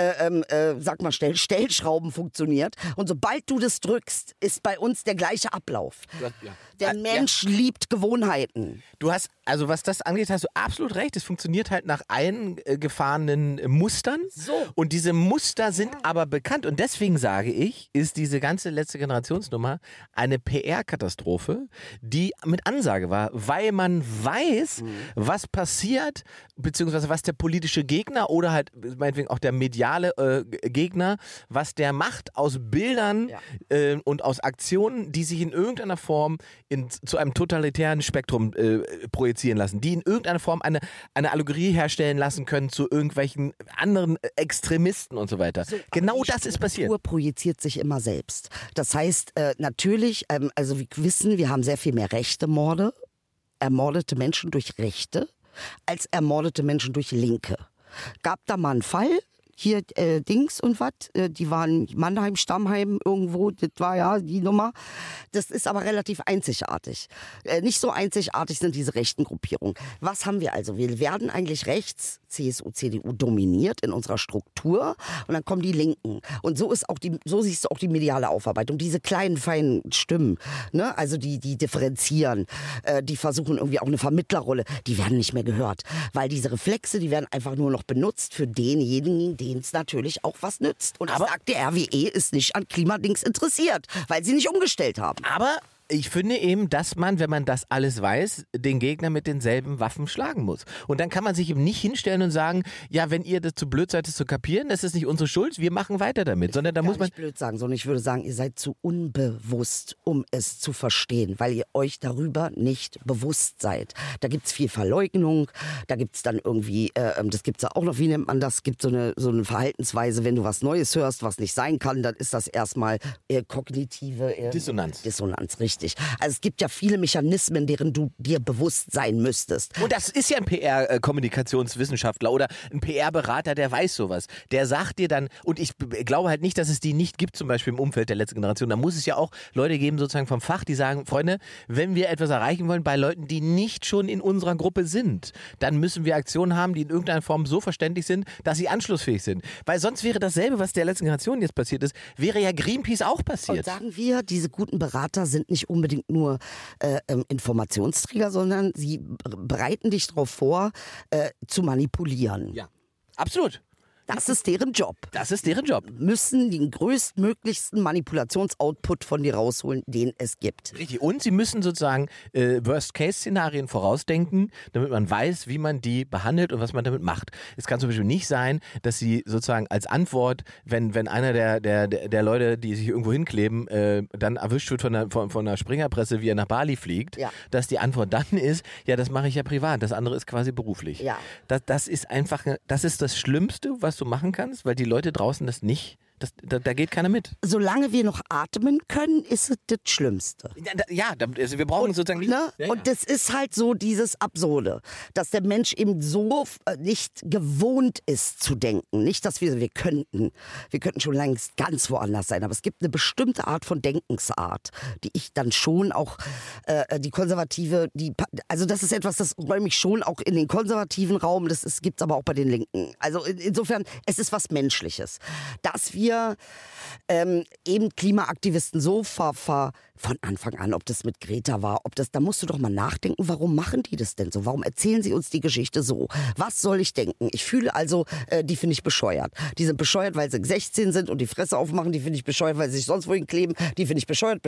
sag mal, Stellschrauben funktioniert. Und sobald du das drückst, ist bei uns der gleiche Ablauf. Ja. Der Mensch liebt Gewohnheiten. Du hast, also was das angeht, hast du absolut recht. Es funktioniert halt nach eingefahrenen Mustern. So. Und diese Muster sind aber bekannt. Und deswegen sage ich, ist diese ganze letzte Generationsnummer eine PR-Katastrophe, die mit Ansage war, weil man weiß, was passiert, beziehungsweise was der politische Gegner oder halt meinetwegen auch der mediale Gegner, was der macht aus Bildern und aus Aktionen, die sich in irgendeiner Form zu einem totalitären Spektrum projizieren lassen, die in irgendeiner Form eine Allegorie herstellen lassen können zu irgendwelchen anderen Extremisten und so weiter. So, genau das ist passiert. Die Struktur projiziert sich immer selbst. Das heißt, natürlich, also wir wissen, wir haben sehr viel mehr rechte Morde, ermordete Menschen durch Rechte, als ermordete Menschen durch Linke. Gab da mal einen Fall? Hier Dings und was, die waren Mannheim, Stammheim irgendwo, das war ja die Nummer. Das ist aber relativ einzigartig. Nicht so einzigartig sind diese rechten Gruppierungen. Was haben wir also? Wir werden eigentlich rechts, CSU, CDU dominiert in unserer Struktur und dann kommen die Linken. Und so siehst du auch die mediale Aufarbeitung. Diese kleinen, feinen Stimmen, ne? Also die differenzieren, die versuchen irgendwie auch eine Vermittlerrolle, die werden nicht mehr gehört. Weil diese Reflexe, die werden einfach nur noch benutzt für denjenigen, denen es natürlich auch was nützt. Und ich sag, der RWE ist nicht an Klimadings interessiert, weil sie nicht umgestellt haben. Aber ich finde eben, dass man, wenn man das alles weiß, den Gegner mit denselben Waffen schlagen muss. Und dann kann man sich eben nicht hinstellen und sagen, ja, wenn ihr das zu blöd seid, das zu kapieren, das ist nicht unsere Schuld, wir machen weiter damit. Sondern da muss man nicht blöd sagen, sondern ich würde sagen, ihr seid zu unbewusst, um es zu verstehen, weil ihr euch darüber nicht bewusst seid. Da gibt es viel Verleugnung, da gibt es dann irgendwie, das gibt es ja auch noch, wie nennt man das, gibt so eine Verhaltensweise, wenn du was Neues hörst, was nicht sein kann, dann ist das erstmal kognitive Dissonanz. Dissonanz, richtig. wichtig. Also es gibt ja viele Mechanismen, deren du dir bewusst sein müsstest. Und das ist ja ein PR-Kommunikationswissenschaftler oder ein PR-Berater, der weiß sowas. Der sagt dir dann, und ich glaube halt nicht, dass es die nicht gibt, zum Beispiel im Umfeld der letzten Generation. Da muss es ja auch Leute geben, sozusagen vom Fach, die sagen, Freunde, wenn wir etwas erreichen wollen bei Leuten, die nicht schon in unserer Gruppe sind, dann müssen wir Aktionen haben, die in irgendeiner Form so verständlich sind, dass sie anschlussfähig sind. Weil sonst wäre dasselbe, was der letzten Generation jetzt passiert ist, wäre ja Greenpeace auch passiert. Und sagen wir, diese guten Berater sind nicht unbedingt nur Informationsträger, sondern sie bereiten dich darauf vor, zu manipulieren. Ja, absolut. Das ist deren Job. Das ist deren Job. Müssen den größtmöglichsten Manipulationsoutput von dir rausholen, den es gibt. Richtig. Und sie müssen sozusagen Worst-Case-Szenarien vorausdenken, damit man weiß, wie man die behandelt und was man damit macht. Es kann zum Beispiel nicht sein, dass sie sozusagen als Antwort, wenn einer der Leute, die sich irgendwo hinkleben, dann erwischt wird von der Springerpresse, wie er nach Bali fliegt, dass die Antwort dann ist, ja, das mache ich ja privat, das andere ist quasi beruflich. Ja. Das ist einfach, das ist das Schlimmste, was du machen kannst, weil die Leute draußen das nicht, da geht keiner mit. Solange wir noch atmen können, ist es das Schlimmste. Ja, also wir brauchen sozusagen nicht. Ne? Ja, und das ist halt so dieses Absurde, dass der Mensch eben so nicht gewohnt ist zu denken. Nicht, dass wir könnten schon längst ganz woanders sein, aber es gibt eine bestimmte Art von Denkensart, die ich dann schon auch, die Konservative, also das ist etwas, das räume ich schon auch in den konservativen Raum, das gibt es aber auch bei den Linken. Also insofern, es ist was Menschliches, dass wir eben Klimaaktivisten so von Anfang an, ob das mit Greta war, da musst du doch mal nachdenken, warum machen die das denn so? Warum erzählen sie uns die Geschichte so? Was soll ich denken? Ich fühle also, die finde ich bescheuert. Die sind bescheuert, weil sie 16 sind und die Fresse aufmachen, die finde ich bescheuert, weil sie sich sonst wohin kleben, die finde ich bescheuert.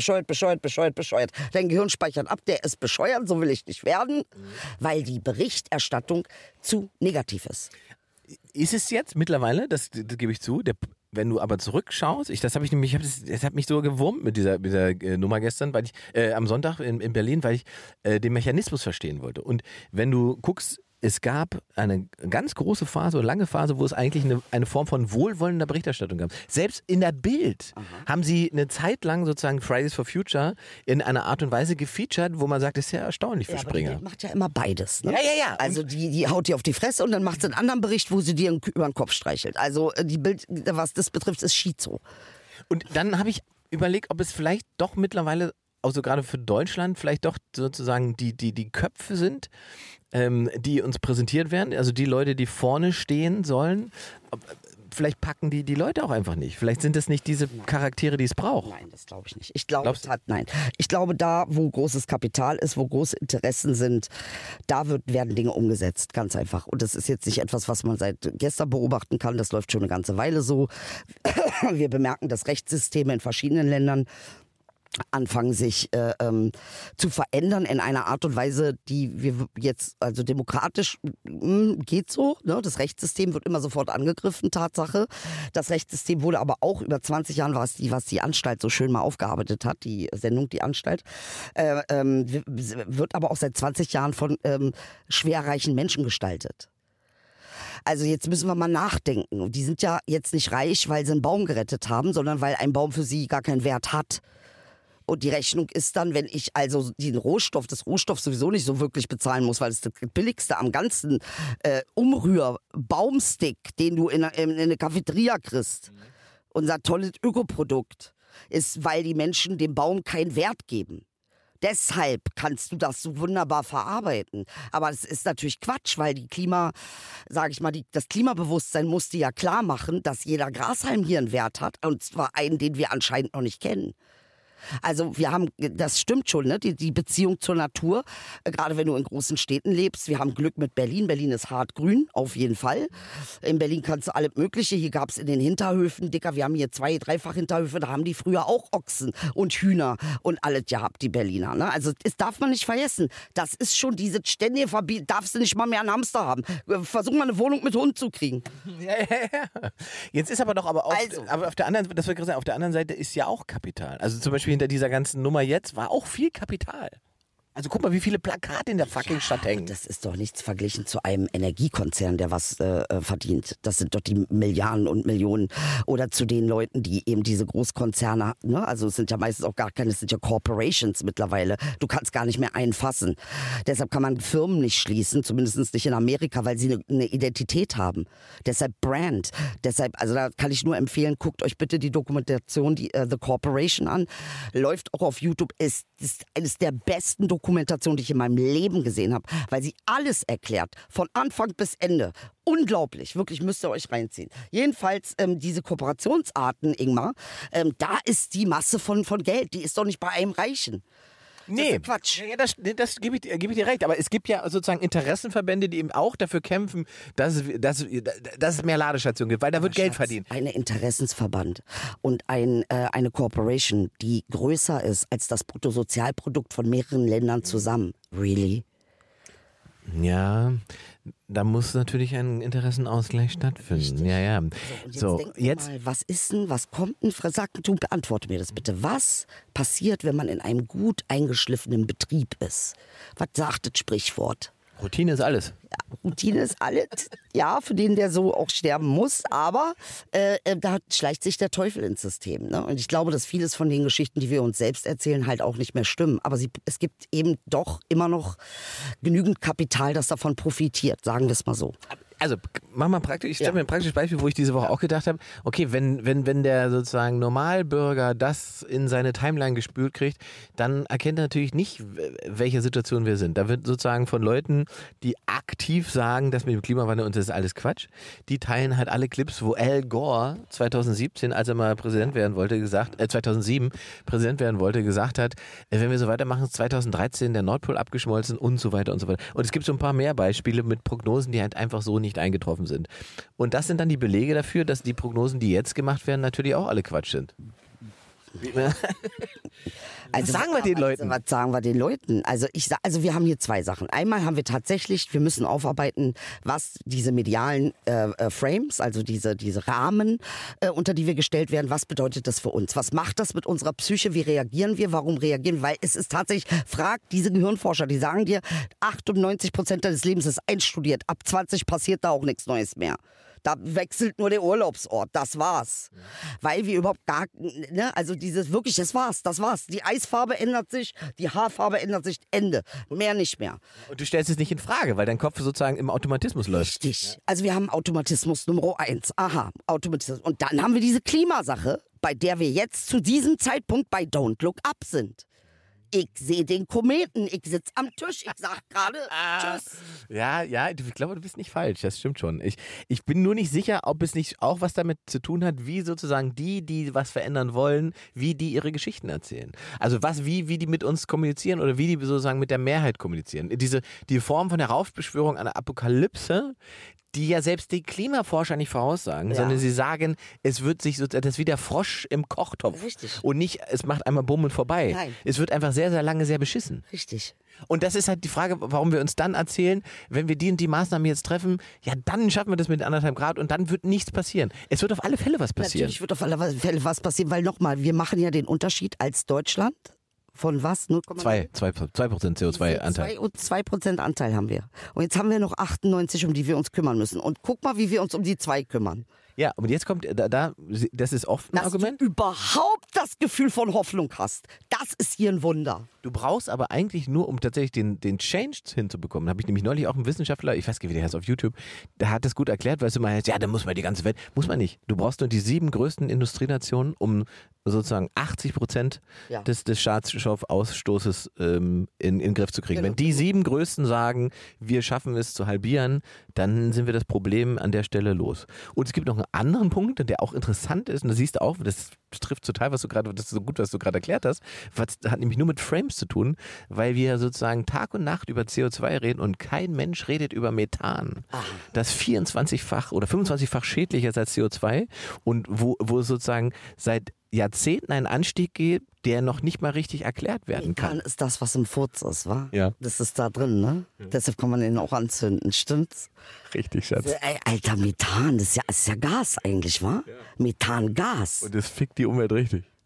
Dein Gehirn speichert ab, der ist bescheuert, so will ich nicht werden, weil die Berichterstattung zu negativ ist. Ist es jetzt mittlerweile, das gebe ich zu, wenn du aber zurückschaust, das hat mich so gewurmt mit dieser Nummer gestern, weil ich am Sonntag in Berlin, weil ich den Mechanismus verstehen wollte. Und wenn du guckst, es gab eine ganz große Phase oder lange Phase, wo es eigentlich eine Form von wohlwollender Berichterstattung gab. Selbst in der Bild haben sie eine Zeit lang sozusagen Fridays for Future in einer Art und Weise gefeatured, wo man sagt, das ist ja erstaunlich für Springer. Aber die macht ja immer beides. Ne? Ja. Also die haut dir auf die Fresse und dann macht sie einen anderen Bericht, wo sie dir über den Kopf streichelt. Also die Bild, was das betrifft, ist Schizo. Und dann habe ich überlegt, ob es vielleicht doch mittlerweile, also gerade für Deutschland, vielleicht doch sozusagen die Köpfe sind, die uns präsentiert werden, also die Leute, die vorne stehen sollen, vielleicht packen die Leute auch einfach nicht. Vielleicht sind es nicht diese Charaktere, die es braucht. Nein, das glaube ich nicht. Ich glaube, Ich glaube, da, wo großes Kapital ist, wo große Interessen sind, da werden Dinge umgesetzt, ganz einfach. Und das ist jetzt nicht etwas, was man seit gestern beobachten kann. Das läuft schon eine ganze Weile so. Wir bemerken, dass Rechtssysteme in verschiedenen Ländern anfangen sich zu verändern in einer Art und Weise, die wir jetzt, also demokratisch geht so, ne? Das Rechtssystem wird immer sofort angegriffen, Tatsache. Das Rechtssystem wurde aber auch über 20 Jahren, was die Anstalt so schön mal aufgearbeitet hat, die Sendung, die Anstalt, wird aber auch seit 20 Jahren von schwerreichen Menschen gestaltet. Also jetzt müssen wir mal nachdenken. Die sind ja jetzt nicht reich, weil sie einen Baum gerettet haben, sondern weil ein Baum für sie gar keinen Wert hat. Und die Rechnung ist dann, wenn ich also das Rohstoff sowieso nicht so wirklich bezahlen muss, weil es das billigste am ganzen Umrühr-Baumstick, den du in eine Cafeteria kriegst, unser tolles Ökoprodukt, ist, weil die Menschen dem Baum keinen Wert geben. Deshalb kannst du das so wunderbar verarbeiten. Aber das ist natürlich Quatsch, weil das Klimabewusstsein musste ja klar machen, dass jeder Grashalm hier einen Wert hat. Und zwar einen, den wir anscheinend noch nicht kennen. Also das stimmt schon, ne? Die Beziehung zur Natur, gerade wenn du in großen Städten lebst. Wir haben Glück mit Berlin. Berlin ist hart grün, auf jeden Fall. In Berlin kannst du alles Mögliche. Hier gab es in den Hinterhöfen, Dicker, wir haben hier 2-, 3-fach Hinterhöfe, da haben die früher auch Ochsen und Hühner und alles gehabt, die Berliner. Ne? Also das darf man nicht vergessen. Das ist schon diese ständige Verbietung, darfst du nicht mal mehr einen Hamster haben. Versuch mal eine Wohnung mit Hund zu kriegen. Ja. Jetzt ist aber auf der anderen Seite ist ja auch Kapital. Also zum Beispiel hinter dieser ganzen Nummer jetzt war auch viel Kapital. Also guck mal, wie viele Plakate in der fucking Stadt hängen. Das ist doch nichts verglichen zu einem Energiekonzern, der was verdient. Das sind doch die Milliarden und Millionen. Oder zu den Leuten, die eben diese Großkonzerne, ne? Also es sind ja meistens auch gar keine, es sind ja Corporations mittlerweile. Du kannst gar nicht mehr einfassen. Deshalb kann man Firmen nicht schließen, zumindest nicht in Amerika, weil sie eine Identität haben. Deshalb Brand. Deshalb, also da kann ich nur empfehlen, guckt euch bitte die Dokumentation, die The Corporation an. Läuft auch auf YouTube. Ist eines der besten Dokumentationen, die ich in meinem Leben gesehen habe, weil sie alles erklärt, von Anfang bis Ende. Unglaublich, wirklich, müsst ihr euch reinziehen. Jedenfalls diese Kooperationsarten, Ingmar, da ist die Masse von Geld, die ist doch nicht bei einem Reichen. Nee, Quatsch. Ja, das gebe ich dir recht. Aber es gibt ja sozusagen Interessenverbände, die eben auch dafür kämpfen, dass es mehr Ladestationen gibt, weil da wird Geld verdient. Ein Interessensverband und eine Corporation, die größer ist als das Bruttosozialprodukt von mehreren Ländern zusammen. Really? Ja, da muss natürlich ein Interessenausgleich stattfinden. Richtig. Ja. So, und jetzt denk mal, was ist denn, was kommt denn? Du beantworte mir das bitte. Was passiert, wenn man in einem gut eingeschliffenen Betrieb ist? Was sagt das Sprichwort? Routine ist alles. Ja, Routine ist alles. Ja, für den, der so auch sterben muss. Aber da schleicht sich der Teufel ins System. Ne? Und ich glaube, dass vieles von den Geschichten, die wir uns selbst erzählen, halt auch nicht mehr stimmen. Aber es gibt eben doch immer noch genügend Kapital, das davon profitiert. Sagen wir es mal so. Also, mach mal praktisch, ich stelle mir ein praktisches Beispiel, wo ich diese Woche auch gedacht habe, okay, wenn der sozusagen Normalbürger das in seine Timeline gespült kriegt, dann erkennt er natürlich nicht, welche Situation wir sind. Da wird sozusagen von Leuten, die aktiv sagen, dass mit dem Klimawandel und das ist alles Quatsch, die teilen halt alle Clips, wo Al Gore 2017, als er mal Präsident werden wollte, 2007 Präsident werden wollte, gesagt hat, wenn wir so weitermachen, ist 2013 der Nordpol abgeschmolzen und so weiter und so weiter. Und es gibt so ein paar mehr Beispiele mit Prognosen, die halt einfach so nicht eingetroffen sind. Und das sind dann die Belege dafür, dass die Prognosen, die jetzt gemacht werden, natürlich auch alle Quatsch sind. Also, was sagen wir den Leuten? Was sagen wir den Leuten? Also wir haben hier zwei Sachen. Einmal haben wir tatsächlich, wir müssen aufarbeiten, was diese medialen Frames, also diese Rahmen, unter die wir gestellt werden, was bedeutet das für uns? Was macht das mit unserer Psyche? Wie reagieren wir? Warum reagieren wir? Weil es ist tatsächlich, fragt diese Gehirnforscher, die sagen dir, 98% deines Lebens ist einstudiert. Ab 20 passiert da auch nichts Neues mehr. Da wechselt nur der Urlaubsort, das war's. Weil wir überhaupt gar, ne, also dieses wirklich, das war's. Die Eisfarbe ändert sich, die Haarfarbe ändert sich, Ende. Mehr nicht mehr. Und du stellst es nicht in Frage, weil dein Kopf sozusagen im Automatismus läuft. Richtig. Also wir haben Automatismus Nummer 1. Aha, Automatismus. Und dann haben wir diese Klimasache, bei der wir jetzt zu diesem Zeitpunkt bei Don't Look Up sind. Ich sehe den Kometen, ich sitze am Tisch, ich sag gerade Tschüss. Ja, ich glaube, du bist nicht falsch, das stimmt schon. Ich bin nur nicht sicher, ob es nicht auch was damit zu tun hat, wie sozusagen die was verändern wollen, wie die ihre Geschichten erzählen. Also wie die mit uns kommunizieren oder wie die sozusagen mit der Mehrheit kommunizieren. Die Form von Heraufbeschwörung einer Apokalypse, die ja selbst die Klimaforscher nicht voraussagen, sondern sie sagen, es wird sich so, das ist wie der Frosch im Kochtopf. Richtig. Und nicht, es macht einmal Bumm und vorbei. Nein. Es wird einfach sehr, sehr lange sehr beschissen. Richtig. Und das ist halt die Frage, warum wir uns dann erzählen, wenn wir die und die Maßnahmen jetzt treffen, ja, dann schaffen wir das mit 1,5 Grad und dann wird nichts passieren. Es wird auf alle Fälle was passieren. Natürlich wird auf alle Fälle was passieren, weil nochmal, wir machen ja den Unterschied als Deutschland. Von was? 2% CO2-Anteil. 2% Anteil haben wir. Und jetzt haben wir noch 98, um die wir uns kümmern müssen. Und guck mal, wie wir uns um die 2 kümmern. Ja, und jetzt kommt, das ist oft ein Argument. Dass du überhaupt das Gefühl von Hoffnung hast. Das ist hier ein Wunder. Du brauchst aber eigentlich nur, um tatsächlich den Change hinzubekommen. Habe ich nämlich neulich auch einen Wissenschaftler, ich weiß gar nicht, wie der heißt, auf YouTube, der hat das gut erklärt, weil es immer heißt, ja, dann muss man die ganze Welt. Muss man nicht. Du brauchst nur die 7 größten Industrienationen, um sozusagen 80% des Schadstoffausstoßes in den Griff zu kriegen. Genau. Wenn die 7 größten sagen, wir schaffen es zu halbieren, dann sind wir das Problem an der Stelle los. Und es gibt noch einen anderen Punkt, der auch interessant ist, und das siehst du auch, das trifft total, das ist so gut, was du gerade erklärt hast, hat nämlich nur mit Frames zu tun, weil wir sozusagen Tag und Nacht über CO2 reden und kein Mensch redet über Methan. Das 24-fach oder 25-fach schädlicher ist als CO2 und wo es sozusagen seit Jahrzehnten einen Anstieg gibt, der noch nicht mal richtig erklärt werden kann. Methan ist das, was im Furz ist, wa? Ja. Das ist da drin, ne? Ja. Deshalb kann man den auch anzünden, stimmt's? Richtig, Schatz. Alter, Methan, das ist ja Gas eigentlich, wa? Ja. Methangas. Und das fickt die Umwelt richtig.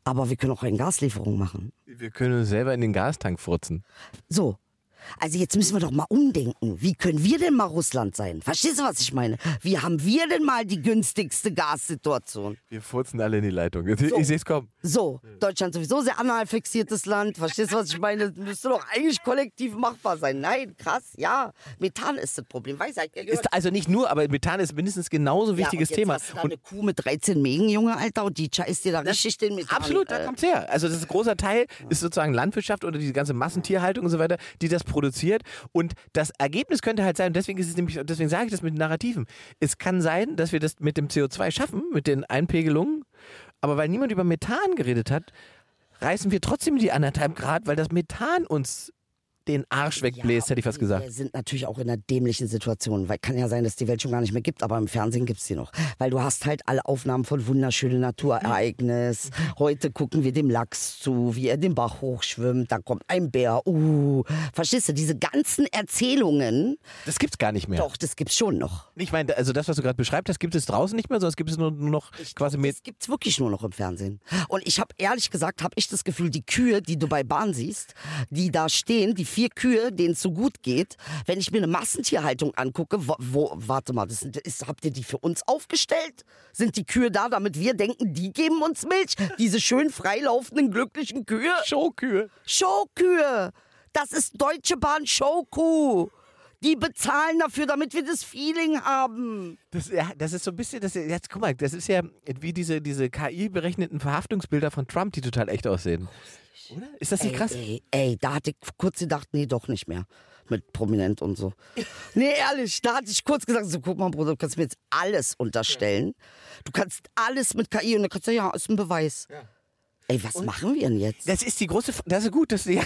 Aber wir können auch eine Gaslieferung machen. Wir können uns selber in den Gastank furzen. So. Also jetzt müssen wir doch mal umdenken. Wie können wir denn mal Russland sein? Verstehst du, was ich meine? Wie haben wir denn mal die günstigste Gassituation? Wir furzen alle in die Leitung. Ich sehe es kommen. So, Deutschland sowieso sehr analfixiertes Land. Verstehst du, was ich meine? Das müsste doch eigentlich kollektiv machbar sein. Nein, krass, ja. Methan ist das Problem. Weiß ich, Ist also nicht nur, aber Methan ist mindestens genauso ein wichtiges Thema. Hast du da eine Kuh mit 13 Mägen, Junge, Alter, und die scheißt dir da richtig den Methan. Absolut, da kommt's her. Also das ist ein großer Teil, ist sozusagen Landwirtschaft oder diese ganze Massentierhaltung und so weiter, die das produziert. Und das Ergebnis könnte halt sein, und deswegen ist es nämlich, deswegen sage ich das mit Narrativen. Es kann sein, dass wir das mit dem CO2 schaffen, mit den Einpegelungen, aber weil niemand über Methan geredet hat, reißen wir trotzdem die 1,5 Grad, weil das Methan uns den Arsch wegbläst, hätte ich fast gesagt. Wir sind natürlich auch in einer dämlichen Situation, weil kann ja sein, dass es die Welt schon gar nicht mehr gibt, aber im Fernsehen gibt es die noch. Weil du hast halt alle Aufnahmen von wunderschönen Naturereignis. Heute gucken wir dem Lachs zu, wie er den Bach hochschwimmt, da kommt ein Bär, verstehst du, diese ganzen Erzählungen. Das gibt's gar nicht mehr. Doch, das gibt's schon noch. Ich meine, also das, was du gerade beschreibst, das gibt es draußen nicht mehr, sondern es gibt es nur noch quasi mit. Das gibt's wirklich nur noch im Fernsehen. Und ich habe ehrlich gesagt, habe ich das Gefühl, die Kühe, die du bei Bahn siehst, die da stehen, die 4 Kühe, denen es so gut geht, wenn ich mir eine Massentierhaltung angucke, warte mal, habt ihr die für uns aufgestellt? Sind die Kühe da, damit wir denken, die geben uns Milch? Diese schön freilaufenden, glücklichen Kühe? Showkühe. Showkühe! Das ist Deutsche Bahn Showkuh! Die bezahlen dafür, damit wir das Feeling haben. Das ist so ein bisschen, jetzt guck mal, das ist ja wie diese KI-berechneten Verhaftungsbilder von Trump, die total echt aussehen. Oder? Ist das nicht krass? Ey, da hatte ich kurz gedacht, nee, doch nicht mehr. Mit Prominent und so. Nee, ehrlich, da hatte ich kurz gesagt, so guck mal, Bruder, du kannst mir jetzt alles unterstellen. Du kannst alles mit KI und dann kannst du sagen, ja, ist ein Beweis. Ja. Ey, was machen wir denn jetzt? Das ist die große, das ist gut, ja.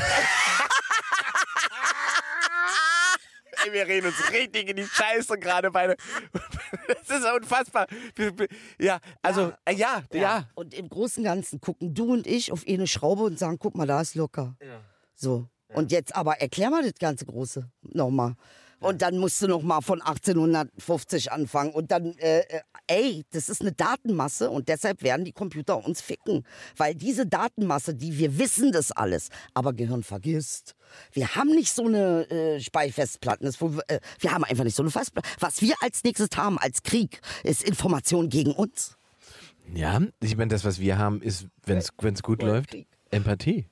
Ey, wir reden uns richtig in die Scheiße gerade beide. Das ist unfassbar. Ja, also, ja. Und im Großen und Ganzen gucken du und ich auf eine Schraube und sagen, guck mal, da ist locker. Ja. So. Ja. Und jetzt aber erklär mal das ganze Große nochmal. Und dann musst du nochmal von 1850 anfangen. Und dann, das ist eine Datenmasse und deshalb werden die Computer uns ficken. Weil diese Datenmasse, wir wissen das alles, aber Gehirn vergisst. Wir haben nicht so eine Speicherfestplatten. Wir haben einfach nicht so eine Festplatte. Was wir als nächstes haben, als Krieg, ist Information gegen uns. Ja, ich meine, das, was wir haben, ist, wenn es gut läuft, Empathie.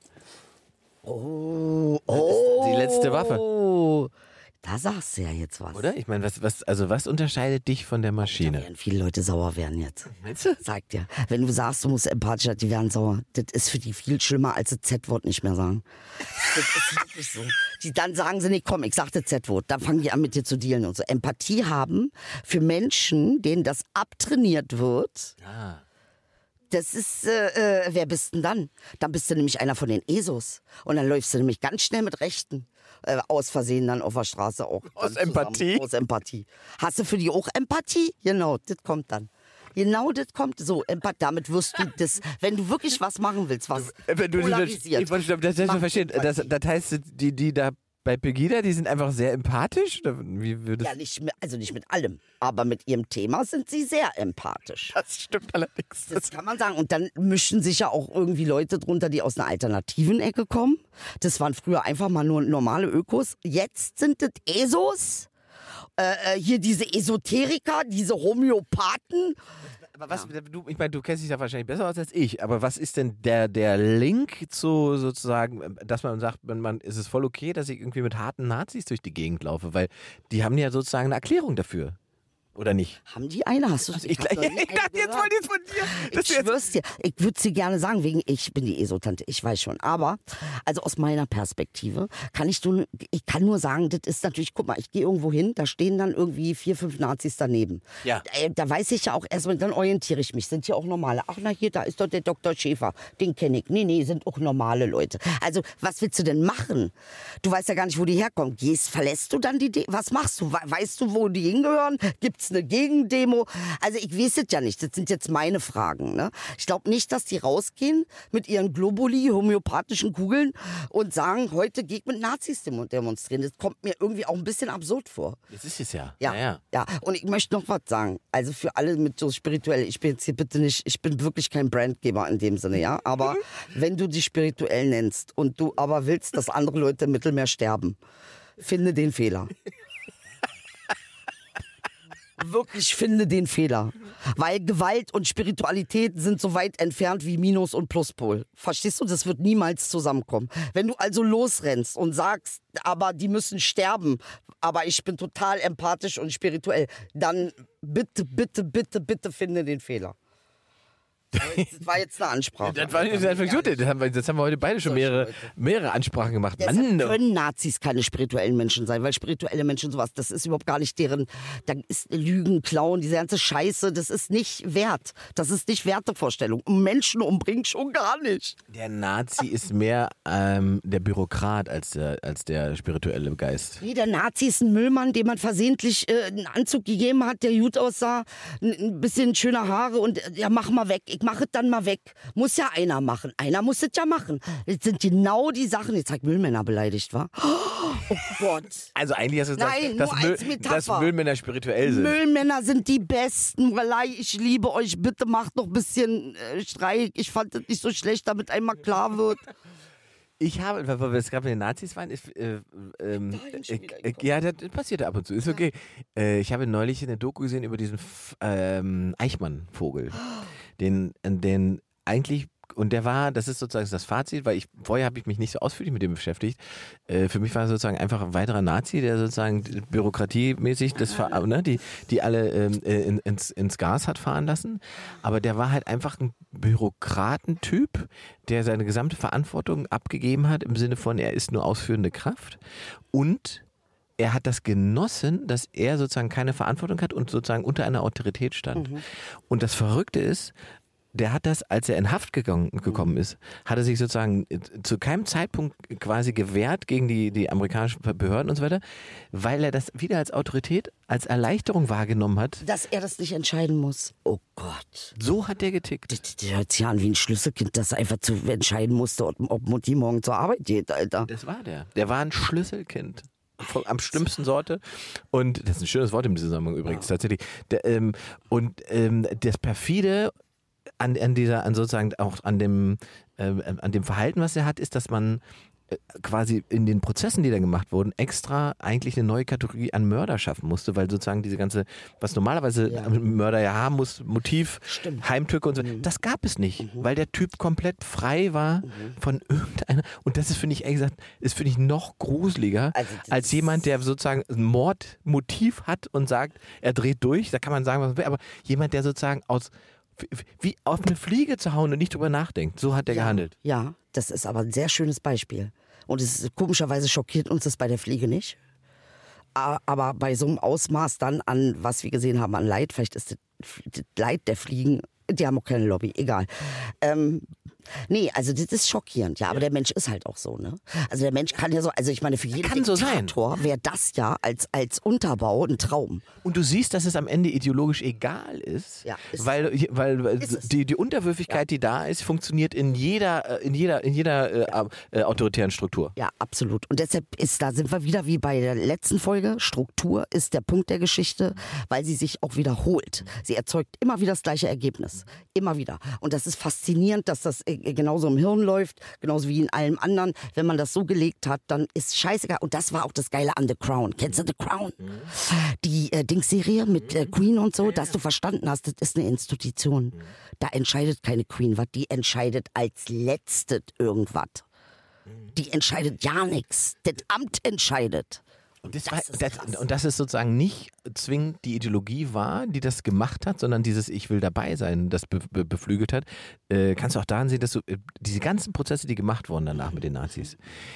Oh. Die letzte Waffe. Da sagst du ja jetzt was. Oder? Ich meine, was unterscheidet dich von der Maschine? Da werden viele Leute sauer werden jetzt. Meinst du? Sag dir. Wenn du sagst, du musst empathisch sein, die werden sauer. Das ist für die viel schlimmer, als das Z-Wort nicht mehr sagen. Das ist wirklich so. Dann sagen sie, nee, komm, ich sag das Z-Wort. Dann fangen die an, mit dir zu dealen und so. Empathie haben für Menschen, denen das abtrainiert wird. Ah. Das ist, wer bist denn dann? Dann bist du nämlich einer von den ESOs. Und dann läufst du nämlich ganz schnell mit Rechten. Aus Versehen dann auf der Straße auch. Aus Empathie? Aus Empathie. Hast du für die auch Empathie? Genau, das kommt dann. Genau, das kommt so. Damit wirst du das, wenn du wirklich was machen willst, was polarisiert. Das verstehen. Das heißt, die da bei Pegida, die sind einfach sehr empathisch? Wie würdest ja, nicht mit allem, aber mit ihrem Thema sind sie sehr empathisch. Das stimmt allerdings. Das kann man sagen. Und dann mischen sich ja auch irgendwie Leute drunter, die aus einer alternativen Ecke kommen. Das waren früher einfach mal nur normale Ökos. Jetzt sind das ESOs. Hier diese Esoteriker, diese Homöopathen. Aber ich meine, du kennst dich da wahrscheinlich besser aus als ich, aber was ist denn der Link zu sozusagen, dass man sagt, ist es voll okay, dass ich irgendwie mit harten Nazis durch die Gegend laufe, weil die haben ja sozusagen eine Erklärung dafür. Oder nicht? Haben die eine? Hast du ich dachte, jetzt wollte ich es von dir. Ich schwör's dir. Ich würde es dir gerne sagen, wegen ich bin die ESO-Tante, ich weiß schon. Aber, also aus meiner Perspektive, ich kann nur sagen, das ist natürlich, guck mal, ich gehe irgendwo hin, da stehen dann irgendwie 4, 5 Nazis daneben. Ja. Da weiß ich ja auch erstmal, dann orientiere ich mich. Sind hier auch normale? Ach, na hier, da ist doch der Dr. Schäfer. Den kenne ich. Nee, sind auch normale Leute. Also, was willst du denn machen? Du weißt ja gar nicht, wo die herkommen. Verlässt du dann was machst du? Weißt du, wo die hingehören? Gibt's es eine Gegendemo? Also ich weiß es ja nicht, das sind jetzt meine Fragen. Ne? Ich glaube nicht, dass die rausgehen mit ihren Globuli, homöopathischen Kugeln und sagen, heute gehe ich mit Nazis demonstrieren. Das kommt mir irgendwie auch ein bisschen absurd vor. Das ist es ja. Ja. Und ich möchte noch was sagen. Also für alle mit so spirituell, ich bin jetzt hier bitte nicht, ich bin wirklich kein Brandgeber in dem Sinne, ja. Aber wenn du dich spirituell nennst und du aber willst, dass andere Leute im Mittelmeer sterben, finde den Fehler. Wirklich finde den Fehler. Weil Gewalt und Spiritualität sind so weit entfernt wie Minus- und Pluspol. Verstehst du? Das wird niemals zusammenkommen. Wenn du also losrennst und sagst, aber die müssen sterben, aber ich bin total empathisch und spirituell, dann bitte, bitte, bitte, bitte finde den Fehler. Das war jetzt eine Ansprache. Das war gut. Das haben wir heute beide schon mehrere Ansprachen gemacht. Deshalb können Nazis keine spirituellen Menschen sein, weil spirituelle Menschen sowas, das ist überhaupt gar nicht deren, da ist Lügen, Klauen, diese ganze Scheiße, das ist nicht wert. Das ist nicht Wertevorstellung. Menschen umbringen schon gar nicht. Der Nazi ist mehr der Bürokrat als der spirituelle Geist. Nee, der Nazi ist ein Müllmann, dem man versehentlich einen Anzug gegeben hat, der gut aussah, ein bisschen schöne Haare und ja, mach mal weg. Ich mache es dann mal weg. Muss ja einer machen. Einer muss es ja machen. Das sind genau die Sachen. Jetzt hat Müllmänner beleidigt, wa? Oh Gott. Also eigentlich hast du Nein, gesagt, dass Müllmänner spirituell sind. Müllmänner sind die Besten. Walai, ich liebe euch. Bitte macht noch ein bisschen Streik. Ich fand es nicht so schlecht, damit einmal klar wird. Ich habe, weil wir es gerade mit den Nazis waren, ja, das passiert ab und zu, ist okay. Ich habe neulich eine Doku gesehen über diesen Eichmann-Vogel, den eigentlich, und der war, das ist sozusagen das Fazit, weil vorher habe ich mich nicht so ausführlich mit dem beschäftigt. Für mich war er sozusagen einfach ein weiterer Nazi, der sozusagen bürokratiemäßig die alle ins Gas hat fahren lassen. Aber der war halt einfach ein Bürokratentyp, der seine gesamte Verantwortung abgegeben hat, im Sinne von, er ist nur ausführende Kraft. Und er hat das genossen, dass er sozusagen keine Verantwortung hat und sozusagen unter einer Autorität stand. Und das Verrückte ist, der hat das, als er in Haft gekommen ist, hat er sich sozusagen zu keinem Zeitpunkt quasi gewehrt gegen die amerikanischen Behörden und so weiter, weil er das wieder als Autorität, als Erleichterung wahrgenommen hat. Dass er das nicht entscheiden muss. Oh Gott. So hat der getickt. Das hört sich an wie ein Schlüsselkind, das einfach zu entscheiden musste, ob Mutti morgen zur Arbeit geht, Alter. Das war der. Der war ein Schlüsselkind. Am schlimmsten Sorte. Und das ist ein schönes Wort im Zusammenhang übrigens, tatsächlich. Das perfide an dem Verhalten, was er hat, ist, dass man quasi in den Prozessen, die da gemacht wurden, extra eigentlich eine neue Kategorie an Mörder schaffen musste, weil sozusagen diese ganze, was normalerweise Mörder ja haben muss, Motiv, Heimtücke und so, das gab es nicht, weil der Typ komplett frei war von irgendeiner, und das ist, finde ich, ehrlich gesagt, noch gruseliger, als jemand, der sozusagen ein Mordmotiv hat und sagt, er dreht durch, da kann man sagen, was man will, aber jemand, der sozusagen wie auf eine Fliege zu hauen und nicht drüber nachdenkt. So hat er gehandelt. Ja, das ist aber ein sehr schönes Beispiel. Und komischerweise schockiert uns das bei der Fliege nicht. Aber bei so einem Ausmaß dann an, was wir gesehen haben, an Leid, vielleicht ist das Leid der Fliegen, die haben auch keine Lobby, egal. Nee, also das ist schockierend, ja, aber der Mensch ist halt auch so, ne? Also der Mensch kann ja so, also ich meine, für jeden Diktator wäre das ja als Unterbau ein Traum. Und du siehst, dass es am Ende ideologisch egal ist, weil die Unterwürfigkeit, die da ist, funktioniert in jeder autoritären Struktur. Ja, absolut. Und deshalb da sind wir wieder wie bei der letzten Folge, Struktur ist der Punkt der Geschichte, weil sie sich auch wiederholt. Sie erzeugt immer wieder das gleiche Ergebnis. Immer wieder. Und das ist faszinierend, dass das genauso im Hirn läuft, genauso wie in allem anderen. Wenn man das so gelegt hat, dann ist scheißegal. Und das war auch das Geile an The Crown. Kennst du The Crown? Die Dings-Serie mit Queen und so, dass du verstanden hast, das ist eine Institution. Da entscheidet keine Queen was, die entscheidet als letztes irgendwas. Die entscheidet ja nichts. Das Amt entscheidet. Und das ist sozusagen nicht zwingend die Ideologie war, die das gemacht hat, sondern dieses Ich will dabei sein, das beflügelt hat. Kannst du auch daran sehen, dass du diese ganzen Prozesse, die gemacht wurden danach mit den Nazis,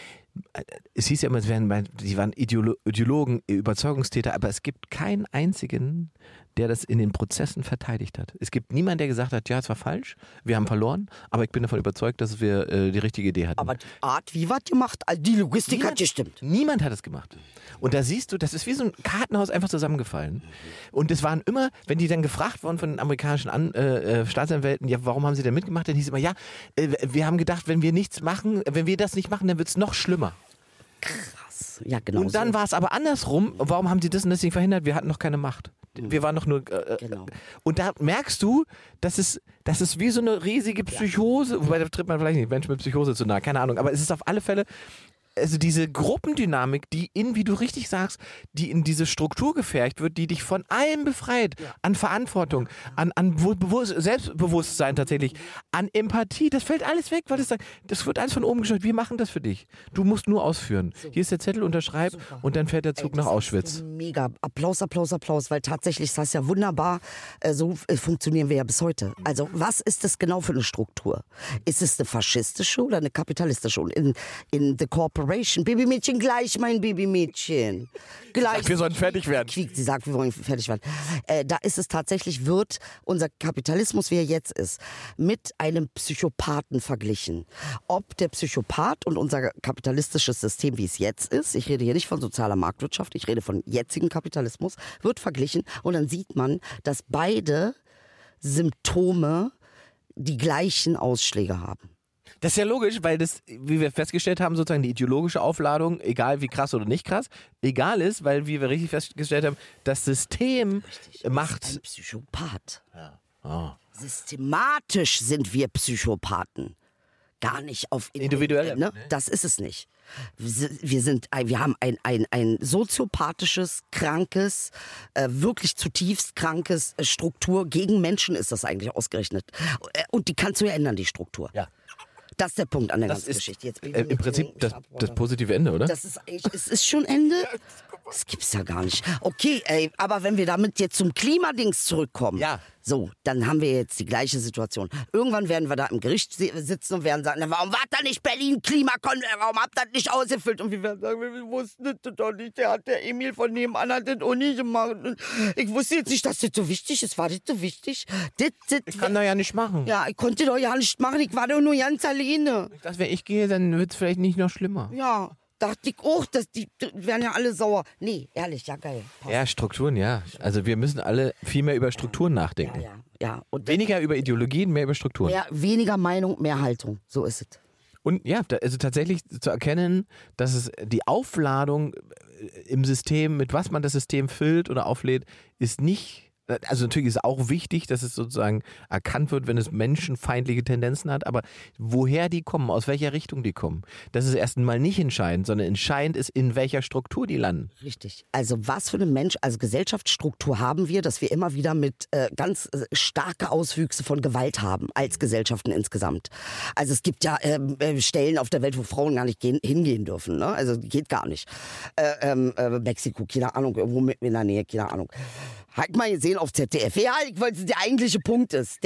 es hieß ja immer, sie waren Ideologen, Überzeugungstäter, aber es gibt keinen einzigen, der das in den Prozessen verteidigt hat. Es gibt niemanden, der gesagt hat, ja, es war falsch, wir haben verloren, aber ich bin davon überzeugt, dass wir die richtige Idee hatten. Aber die Art, wie was gemacht, also die Logistik hat gestimmt. Niemand hat es gemacht. Und da siehst du, das ist wie so ein Kartenhaus einfach zusammengefallen. Und es waren immer, wenn die dann gefragt wurden von den amerikanischen Staatsanwälten, ja, warum haben sie denn mitgemacht? Dann hieß es immer, ja, wir haben gedacht, wenn wir das nicht machen, dann wird es noch schlimmer. Krass. Ja, genau. Und dann war es aber andersrum. Warum haben sie das und das nicht verhindert? Wir hatten noch keine Macht. Wir waren doch nur. Genau. Und da merkst du, das ist wie so eine riesige Psychose. Wobei da tritt man vielleicht nicht Menschen mit Psychose zu nahe, keine Ahnung. Aber es ist auf alle Fälle. Also diese Gruppendynamik, die wie du richtig sagst, die in diese Struktur gefärbt wird, die dich von allem befreit, an Verantwortung, an Selbstbewusstsein tatsächlich, an Empathie, das fällt alles weg, weil das wird alles von oben gesteuert. Wir machen das für dich. Du musst nur ausführen. Hier ist der Zettel, unterschreib und dann fährt der Zug nach Auschwitz. Mega. Applaus, weil tatsächlich ist das ja wunderbar. So funktionieren wir ja bis heute. Also was ist das genau für eine Struktur? Ist es eine faschistische oder eine kapitalistische? Und in The Corporation, Babymädchen gleich, mein Babymädchen. Gleich. Wir sollen fertig werden. Sie sagt, wir wollen fertig werden. Da ist es tatsächlich, wird unser Kapitalismus, wie er jetzt ist, mit einem Psychopathen verglichen. Ob der Psychopath und unser kapitalistisches System, wie es jetzt ist, ich rede hier nicht von sozialer Marktwirtschaft, ich rede von jetzigem Kapitalismus, wird verglichen und dann sieht man, dass beide Symptome die gleichen Ausschläge haben. Das ist ja logisch, weil das, wie wir festgestellt haben, sozusagen die ideologische Aufladung, egal wie krass oder nicht krass, egal ist, weil, wie wir richtig festgestellt haben, das System macht. Ein Psychopath. Ja. Oh. Systematisch sind wir Psychopathen. Gar nicht auf individuell. Ne? Das ist es nicht. Wir haben ein soziopathisches, krankes, wirklich zutiefst krankes Struktur. Gegen Menschen ist das eigentlich ausgerechnet. Und die kannst du ja ändern, die Struktur. Ja. Das ist der Punkt an der Das ganzen ist Geschichte. Jetzt im Prinzip das positive Ende, oder? Das ist echt, es ist schon Ende? Das gibt's ja gar nicht. Okay, aber wenn wir damit jetzt zum Klimadings zurückkommen, ja. So, dann haben wir jetzt die gleiche Situation. Irgendwann werden wir da im Gericht sitzen und werden sagen, na, warum war da nicht Berlin warum habt ihr das nicht ausgefüllt? Und wir werden sagen, wir wussten das doch nicht. Der Emil von nebenan hat das auch nicht gemacht. Ich wusste jetzt nicht, dass das so wichtig ist. War das so wichtig? Ich kann das ja nicht machen. Ja, ich konnte doch ja nicht machen. Ich war doch nur ganz alleine. Dass wenn ich gehe, dann wird es vielleicht nicht noch schlimmer. Ja. Dachte ich auch, dass die werden ja alle sauer. Nee, ehrlich, ja geil. Passt. Ja, Strukturen, ja. Also wir müssen alle viel mehr über Strukturen nachdenken. Ja. Und weniger über Ideologien, mehr über Strukturen. Weniger Meinung, mehr Haltung. So ist es. Und ja, also tatsächlich zu erkennen, dass es die Aufladung im System, mit was man das System füllt oder auflädt, ist nicht. Also natürlich ist es auch wichtig, dass es sozusagen erkannt wird, wenn es menschenfeindliche Tendenzen hat, aber woher die kommen, aus welcher Richtung die kommen, das ist erst einmal nicht entscheidend, sondern entscheidend ist, in welcher Struktur die landen. Richtig. Also was für eine Gesellschaftsstruktur haben wir, dass wir immer wieder mit ganz starke Auswüchse von Gewalt haben, als Gesellschaften insgesamt. Also es gibt ja Stellen auf der Welt, wo Frauen gar nicht hingehen dürfen, ne? Also geht gar nicht. Mexiko, keine Ahnung, irgendwo mit in der Nähe, keine Ahnung. Hat mal gesehen auf ZDF. Ja, der eigentliche Punkt ist,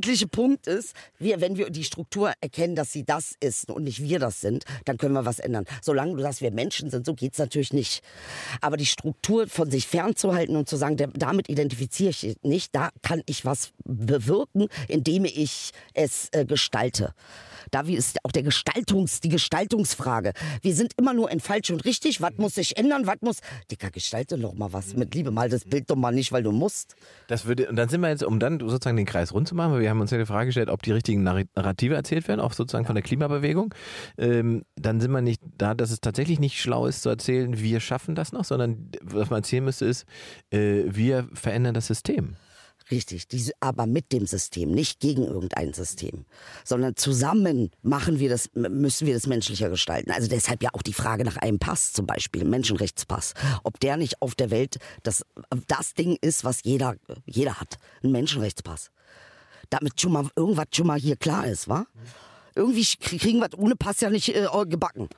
wenn wir die Struktur erkennen, dass sie das ist und nicht wir das sind, dann können wir was ändern. Solange dass wir Menschen sind, so geht's natürlich nicht. Aber die Struktur von sich fernzuhalten und zu sagen, damit identifiziere ich nicht, da kann ich was bewirken, indem ich es gestalte. Da ist auch die Gestaltungsfrage. Wir sind immer nur in falsch und richtig. Was muss sich ändern? Dicker, gestalte doch mal was mit Liebe. Mal das Bild doch mal nicht, weil du musst. Und dann sind wir jetzt, um dann sozusagen den Kreis rund zu machen, weil wir haben uns ja die Frage gestellt, ob die richtigen Narrative erzählt werden, auch sozusagen von der Klimabewegung. Dann sind wir nicht da, dass es tatsächlich nicht schlau ist zu erzählen, wir schaffen das noch, sondern was man erzählen müsste ist, wir verändern das System. Richtig, aber mit dem System, nicht gegen irgendein System, sondern zusammen müssen wir das menschlicher gestalten. Also deshalb ja auch die Frage nach einem Pass zum Beispiel, einem Menschenrechtspass, ob der nicht auf der Welt das Ding ist, was jeder hat, ein Menschenrechtspass. Damit schon mal irgendwas hier klar ist, wa? Irgendwie kriegen wir ohne Pass ja nicht gebacken.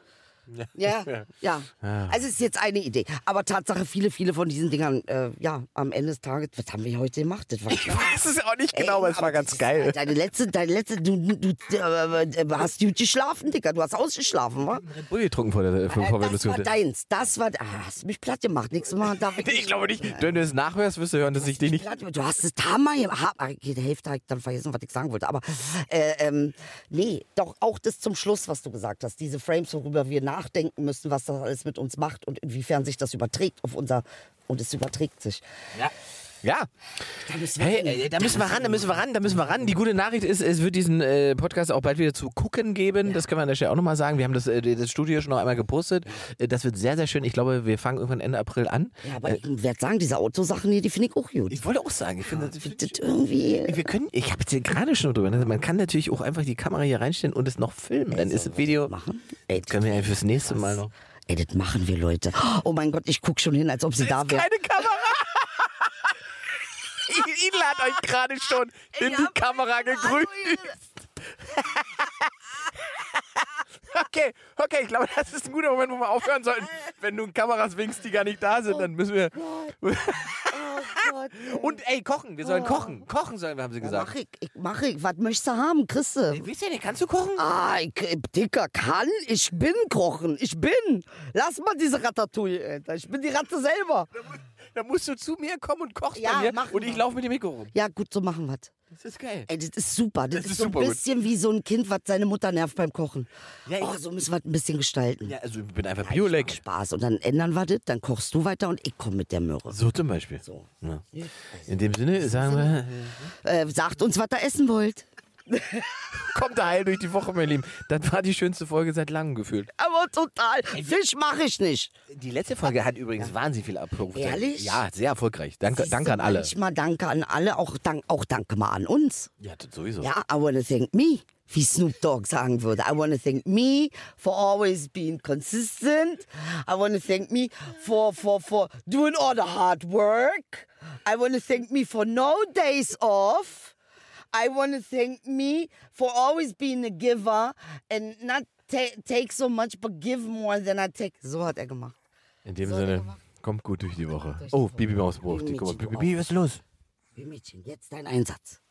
Ja. Also es ist jetzt eine Idee. Aber Tatsache, viele von diesen Dingern, am Ende des Tages, was haben wir heute gemacht? Das war Ich weiß es auch nicht genau, aber es war ganz geil. Deine letzte, du hast gut geschlafen, Dicker. Du hast ausgeschlafen, wa? Red Bull getrunken vor der Das war deins. Hast mich platt gemacht. Nächstes Mal darf ich Ich glaube nicht. Wenn du es nachhörst, wirst du hören, dass ich dich nicht... Du hast es Hammer gemacht. Die Hälfte habe ich dann vergessen, was ich sagen wollte. Aber nee, doch auch das zum Schluss, was du gesagt hast. Diese Frames, worüber wir nachdenken müssen, was das alles mit uns macht und inwiefern sich das überträgt auf unser... Und es überträgt sich. Ja. Hey, da müssen wir ran. Die gute Nachricht ist, es wird diesen Podcast auch bald wieder zu gucken geben. Ja. Das können wir an der Stelle auch nochmal sagen. Wir haben das Studio schon noch einmal gepostet. Das wird sehr, sehr schön. Ich glaube, wir fangen irgendwann Ende April an. Ja, aber ich werde sagen, diese Autosachen hier, die finde ich auch gut. Ich wollte auch sagen, ich finde das irgendwie... Ich habe jetzt gerade schon drüber. Man kann natürlich auch einfach die Kamera hier reinstellen und es noch filmen. Dann ist das Video... Machen? Können wir ja fürs nächste Mal noch... Ey, das machen wir, Leute. Oh mein Gott, ich gucke schon hin, als ob sie da wäre. Keine Kamera! Idel hat euch gerade schon in die Kamera gegrüßt. Okay, ich glaube, das ist ein guter Moment, wo wir aufhören sollten. Wenn du Kameras winkst, die gar nicht da sind, dann müssen wir... Oh Gott, und ey, kochen, wir sollen kochen. Kochen sollen wir, haben sie gesagt. Mach ich. Was möchtest du haben, Chrisse? Wisst ihr nicht, kannst du kochen? Dicker, ich bin kochen. Lass mal diese Ratatouille, Alter. Ich bin die Ratte selber. Da musst du zu mir kommen und kochst bei mir und ich laufe mit dem Mikro rum. Ja, gut, so machen wir es. Das ist geil. Ey, das ist super. Das ist so ein super bisschen wie so ein Kind, was seine Mutter nervt beim Kochen. Ja, so müssen wir es ein bisschen gestalten. Ja, also ich bin einfach Bioleck. Spaß. Und dann ändern wir das, dann kochst du weiter und ich komme mit der Möhre. So zum Beispiel. So. Ja. In dem Sinne sagen wir... Sagt uns, was ihr essen wollt. Kommt da heil durch die Woche, mein Lieben. Das war die schönste Folge seit langem gefühlt. Aber total. Fisch mache ich nicht. Die letzte Folge hat übrigens wahnsinnig viel Abrufe. Ehrlich? Ja, sehr erfolgreich. Danke an alle. Manchmal danke an alle, auch danke mal an uns. Ja, das sowieso. Ja, I wanna thank me, wie Snoop Dogg sagen würde. I wanna thank me for always being consistent. I wanna thank me for doing all the hard work. I wanna thank me for no days off. I want to thank me for always being a giver and not take so much, but give more than I take. So hat er gemacht. In dem Sinne, kommt gut durch die Woche. Oh, Bibi Mausbrot. Bibi, was ist los? Mädchen, jetzt dein Einsatz.